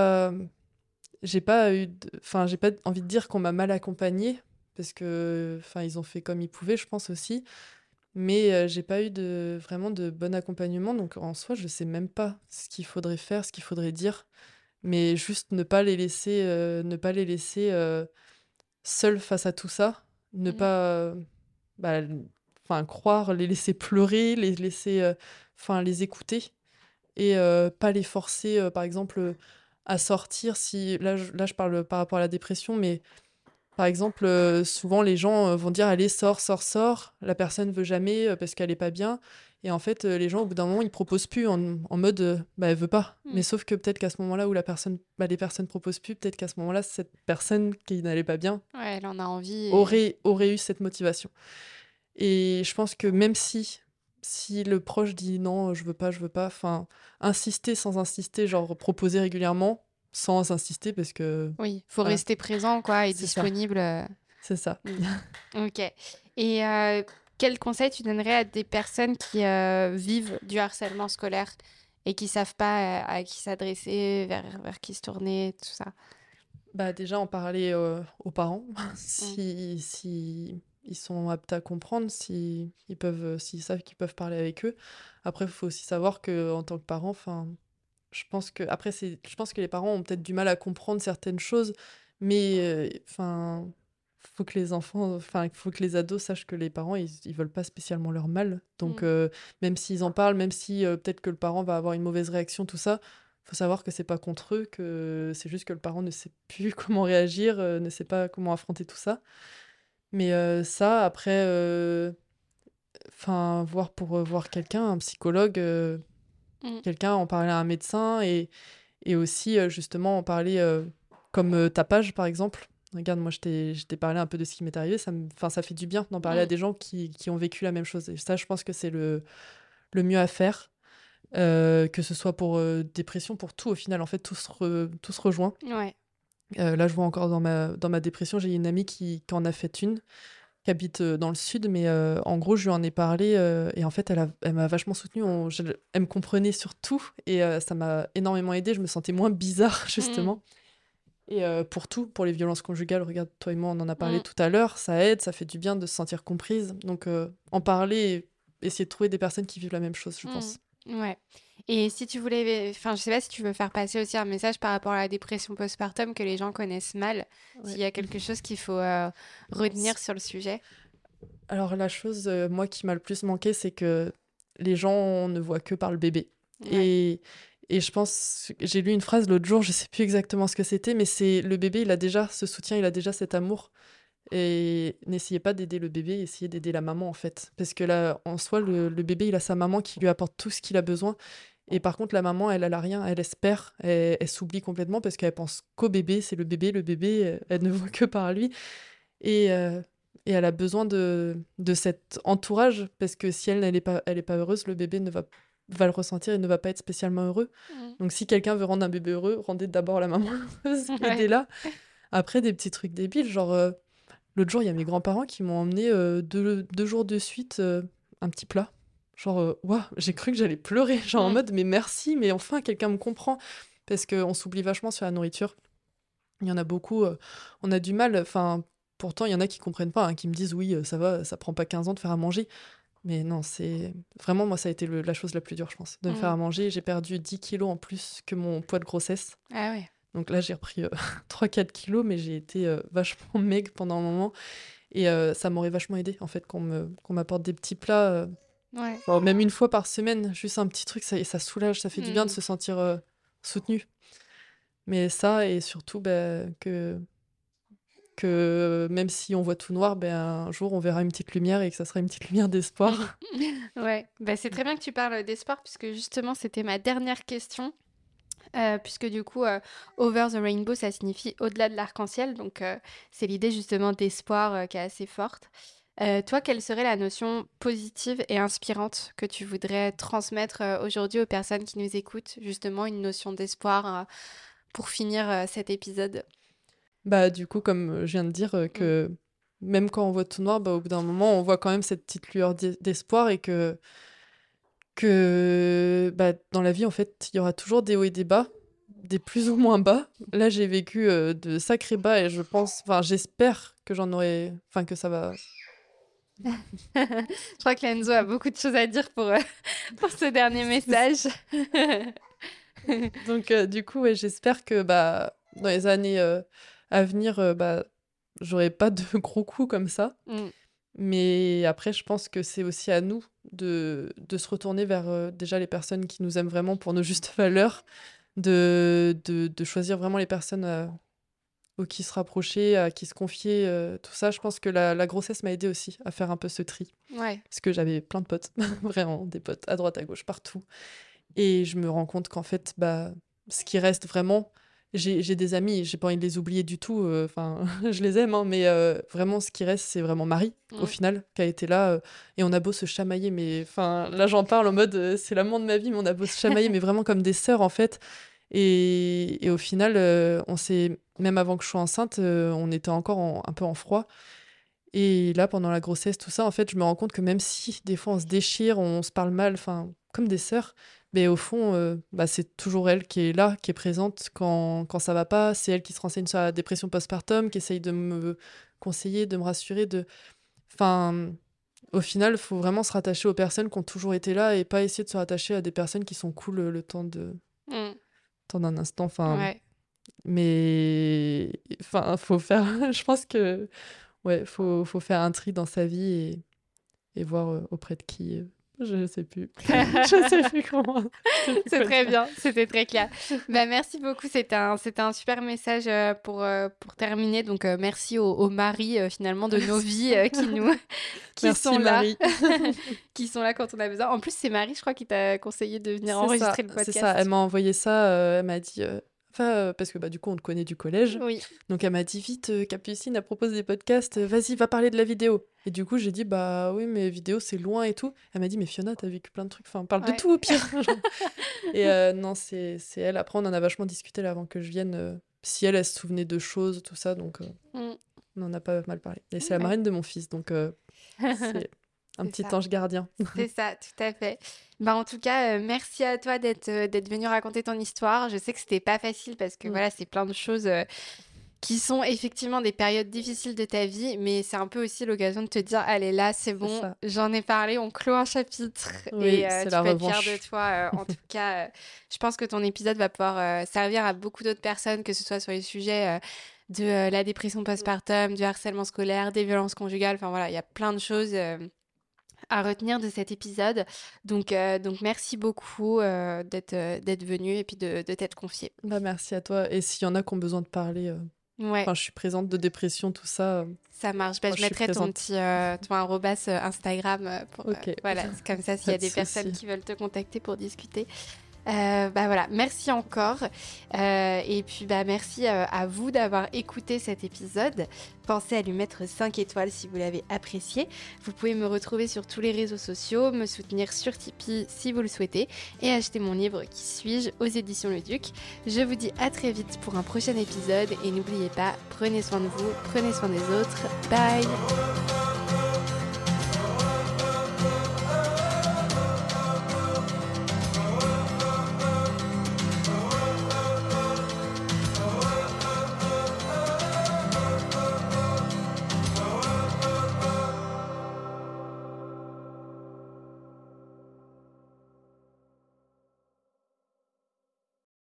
j'ai pas envie de dire qu'on m'a mal accompagnée, parce que, enfin, ils ont fait comme ils pouvaient, je pense aussi, mais j'ai pas eu vraiment de bon accompagnement, donc en soi, je sais même pas ce qu'il faudrait faire, ce qu'il faudrait dire, mais juste ne pas les laisser, seuls face à tout ça, ne Mmh. pas, bah, enfin croire, les laisser pleurer, les laisser, enfin les écouter et pas les forcer, par exemple, à sortir si là je parle, par rapport à la dépression, mais par exemple, souvent les gens, vont dire: «Allez sors, sors, sors». La personne veut jamais, parce qu'elle est pas bien et en fait, les gens au bout d'un moment, ils proposent plus en mode, bah, elle veut pas. Mais Mmh. sauf que peut-être qu'à ce moment-là où les personnes proposent plus, peut-être qu'à ce moment-là, cette personne qui n'allait pas bien Ouais, elle en a envie et aurait eu cette motivation et je pense que même si le proche dit: «Non, je veux pas», enfin, insister sans insister, genre proposer régulièrement sans insister parce que oui, faut voilà, rester présent quoi et c'est ça, disponible, c'est ça. mmh. OK et quel conseil tu donnerais à des personnes qui, vivent du harcèlement scolaire et qui savent pas, à qui s'adresser, vers qui se tourner, tout ça? Bah, déjà en parler, aux parents Mmh. si ils sont aptes à comprendre, si ils peuvent, s'ils savent qu'ils peuvent parler avec eux. Après, il faut aussi savoir que en tant que parent, enfin, je pense que les parents ont peut-être du mal à comprendre certaines choses, mais enfin, faut que les enfants, enfin, il faut que les ados sachent que les parents, ils veulent pas spécialement leur mal. Donc, Mmh. même s'ils en parlent, même si peut-être que le parent va avoir une mauvaise réaction, tout ça, faut savoir que c'est pas contre eux, que c'est juste que le parent ne sait plus comment réagir, ne sait pas comment affronter tout ça. Mais ça, après, enfin, voir pour voir quelqu'un, un psychologue, Mmh. quelqu'un, en parler à un médecin et aussi, justement, en parler, comme, ta page, par exemple. Regarde, moi, je t'ai parlé un peu de ce qui m'est arrivé, enfin, ça fait du bien d'en parler à Mmh. des gens qui ont vécu la même chose et ça, je pense que c'est le mieux à faire, que ce soit pour, dépression, pour tout, au final, en fait, tout se rejoint. Ouais. Là, je vois encore dans ma dépression, j'ai une amie qui en a fait une, qui habite, dans le sud, mais en gros, je lui en ai parlé, et en fait, elle m'a vachement soutenue. Elle me comprenait sur tout et ça m'a énormément aidée. Je me sentais moins bizarre, Mmh. justement et pour tout, pour les violences conjugales, regarde, toi et moi, on en a parlé Mmh. tout à l'heure, ça aide, ça fait du bien de se sentir comprise. Donc en parler et essayer de trouver des personnes qui vivent la même chose, je Mmh. pense. Ouais. Et si tu voulais, enfin, je sais pas si tu veux faire passer aussi un message par rapport à la dépression postpartum que les gens connaissent mal, s'il Ouais. y a quelque chose qu'il faut retenir sur le sujet. Alors la chose, moi, qui m'a le plus manqué, c'est que les gens ne voient que par le bébé Ouais. et je pense j'ai lu une phrase l'autre jour, je sais plus exactement ce que c'était, mais c'est le bébé, il a déjà ce soutien, il a déjà cet amour et n'essayez pas d'aider le bébé, essayez d'aider la maman, en fait. Parce que là, en soi, le bébé, il a sa maman qui lui apporte tout ce qu'il a besoin et par contre, la maman, elle a rien, elle espère, elle s'oublie complètement parce qu'elle pense qu'au bébé, c'est le bébé, elle ne voit que par lui et elle a besoin de cet entourage parce que si elle est pas heureuse, le bébé va le ressentir et ne va pas être spécialement heureux. Mmh. Donc si quelqu'un veut rendre un bébé heureux, rendez d'abord la maman heureuse, Ouais. aidez-la. Après, des petits trucs débiles, genre, l'autre jour, il y a mes grands-parents qui m'ont emmené, 2 jours de suite, un petit plat. Genre, waouh, j'ai cru que j'allais pleurer, genre en Mmh. mode: «Mais merci, mais enfin quelqu'un me comprend». Parce qu'on s'oublie vachement sur la nourriture. Il y en a beaucoup, on a du mal, enfin, pourtant il y en a qui comprennent pas, hein, qui me disent: «Oui, ça va, ça prend pas 15 ans de faire à manger». Mais non, c'est vraiment moi ça a été la chose la plus dure, je pense, de me faire Mmh. à manger. J'ai perdu 10 kilos en plus que mon poids de grossesse. Ah ouais. Donc là, j'ai repris, 3-4 kilogrammes, mais j'ai été, vachement maigre pendant un moment et ça m'aurait vachement aidé en fait qu'on m'apporte des petits plats, Ouais. genre même une fois par semaine, juste un petit truc, ça soulage, ça fait du bien de Mmh. se sentir, soutenu. Mais ça et surtout, bah, que même si on voit tout noir, ben, un jour on verra une petite lumière et que ça sera une petite lumière d'espoir. Ouais, bah, c'est très bien que tu parles d'espoir puisque justement c'était ma dernière question. Puisque du coup, over the rainbow, ça signifie au-delà de l'arc-en-ciel, donc c'est l'idée justement d'espoir, qui est assez forte. Toi, quelle serait la notion positive et inspirante que tu voudrais transmettre, aujourd'hui aux personnes qui nous écoutent? Justement une notion d'espoir, pour finir, cet épisode? Bah, du coup, comme, je viens de dire, Mmh. que même quand on voit tout noir, bah, au bout d'un moment, on voit quand même cette petite lueur d'espoir et que, bah, dans la vie, en fait, il y aura toujours des hauts et des bas, des plus ou moins bas. Là, j'ai vécu, de sacrés bas et je pense enfin, j'espère que j'en aurai enfin, que ça va Je crois que Lenzo a beaucoup de choses à dire pour, pour ce dernier message. donc du coup, ouais, j'espère que, bah, dans les années, à venir, bah, j'aurai pas de gros coups comme ça. Mmh. Mais après, je pense que c'est aussi à nous de se retourner vers, déjà les personnes qui nous aiment vraiment pour nos justes valeurs, de choisir vraiment les personnes, aux qui se rapprocher, à qui se confier, tout ça. Je pense que la grossesse m'a aidée aussi à faire un peu ce tri. Ouais. Parce que j'avais plein de potes, vraiment des potes à droite, à gauche, partout. Et je me rends compte qu'en fait, bah, ce qui reste vraiment j'ai des amis, j'ai pas envie de les oublier du tout, enfin, je les aime, hein, mais vraiment ce qui reste, c'est vraiment Marie, au Mmh. final, qui a été là, et on a beau se chamailler, mais enfin, là, j'en parle en mode, c'est l'amour de ma vie, mais on a beau se chamailler, mais vraiment comme des sœurs, en fait. Et au final, on s'est même avant que je sois enceinte, on était encore un peu en froid. Et là, pendant la grossesse, tout ça, en fait, je me rends compte que même si des fois on se déchire, on se parle mal, enfin, comme des sœurs, mais au fond, bah, c'est toujours elle qui est là, qui est présente quand ça va pas. C'est elle qui se renseigne sur la dépression postpartum, qui essaye de me conseiller, de me rassurer, enfin, au final, il faut vraiment se rattacher aux personnes qui ont toujours été là et pas essayer de se rattacher à des personnes qui sont cool, le Mmh. temps d'un instant. Enfin, Ouais. mais enfin, faut faire je pense que ouais, faut faire un tri dans sa vie et voir auprès de qui. Je sais plus. Je sais plus comment. Je sais plus C'est quoi très dire. bien, c'était très clair. Bah, merci beaucoup, c'était un super message pour terminer. Donc, merci aux maris finalement de nos vies qui Merci sont là, Marie. qui sont là quand on a besoin. En plus, c'est Marie, je crois, qui t'a conseillé de venir C'est ça, enregistrer le c'est ça. Elle podcast. m'a envoyé ça. Elle m'a dit. Parce que du coup, on te connaît du collège. Oui, Donc, elle m'a dit vite, Capucine, elle propose des podcasts. Vas-y, va parler de la vidéo. Et du coup, j'ai dit bah oui, mais vidéo, c'est loin et tout. Elle m'a dit mais Fiona, t'as vécu plein de trucs. Enfin, parle de ouais. tout au pire. Genre. Et non, c'est elle. Après, on en a vachement discuté là avant que je vienne. Si elle se souvenait de choses, tout ça. Donc, Mm. on en a pas mal parlé. Et c'est la Ouais. marraine de mon fils. Donc, c'est un C'est petit ça. ange gardien. C'est ça, tout à fait. Bah, en tout cas, merci à toi d'être venu raconter ton histoire. Je sais que c'était pas facile parce que Mm. voilà, c'est plein de choses qui sont effectivement des périodes difficiles de ta vie, mais c'est un peu aussi l'occasion de te dire, allez là, c'est bon, ça. j'en ai parlé, on clôt un chapitre Oui, et c'est tu la peux être fière revanche. de toi. En tout cas, je pense que ton épisode va pouvoir servir à beaucoup d'autres personnes, que ce soit sur les sujets de la dépression postpartum, du harcèlement scolaire, des violences conjugales. Enfin voilà, il y a plein de choses à retenir de cet épisode. Donc merci beaucoup d'être venu et puis de t'être confié. Bah, merci à toi. Et s'il y en a qui ont besoin de parler, Ouais, je suis présente de dépression, tout ça. ça marche. Bah, Moi, je je suis mettrai ton présente. petit ton arrobas Instagram pour Ok, voilà, c'est comme ça s'il y pas a de des personnes souci. qui veulent te contacter pour discuter. Bah voilà, merci encore. Et puis bah merci à vous d'avoir écouté cet épisode. Pensez à lui mettre 5 étoiles si vous l'avez apprécié. Vous pouvez me retrouver sur tous les réseaux sociaux, me soutenir sur Tipeee si vous le souhaitez et acheter mon livre Qui suis-je aux éditions Le Duc. Je vous dis à très vite pour un prochain épisode et n'oubliez pas, prenez soin de vous, prenez soin des autres. Bye!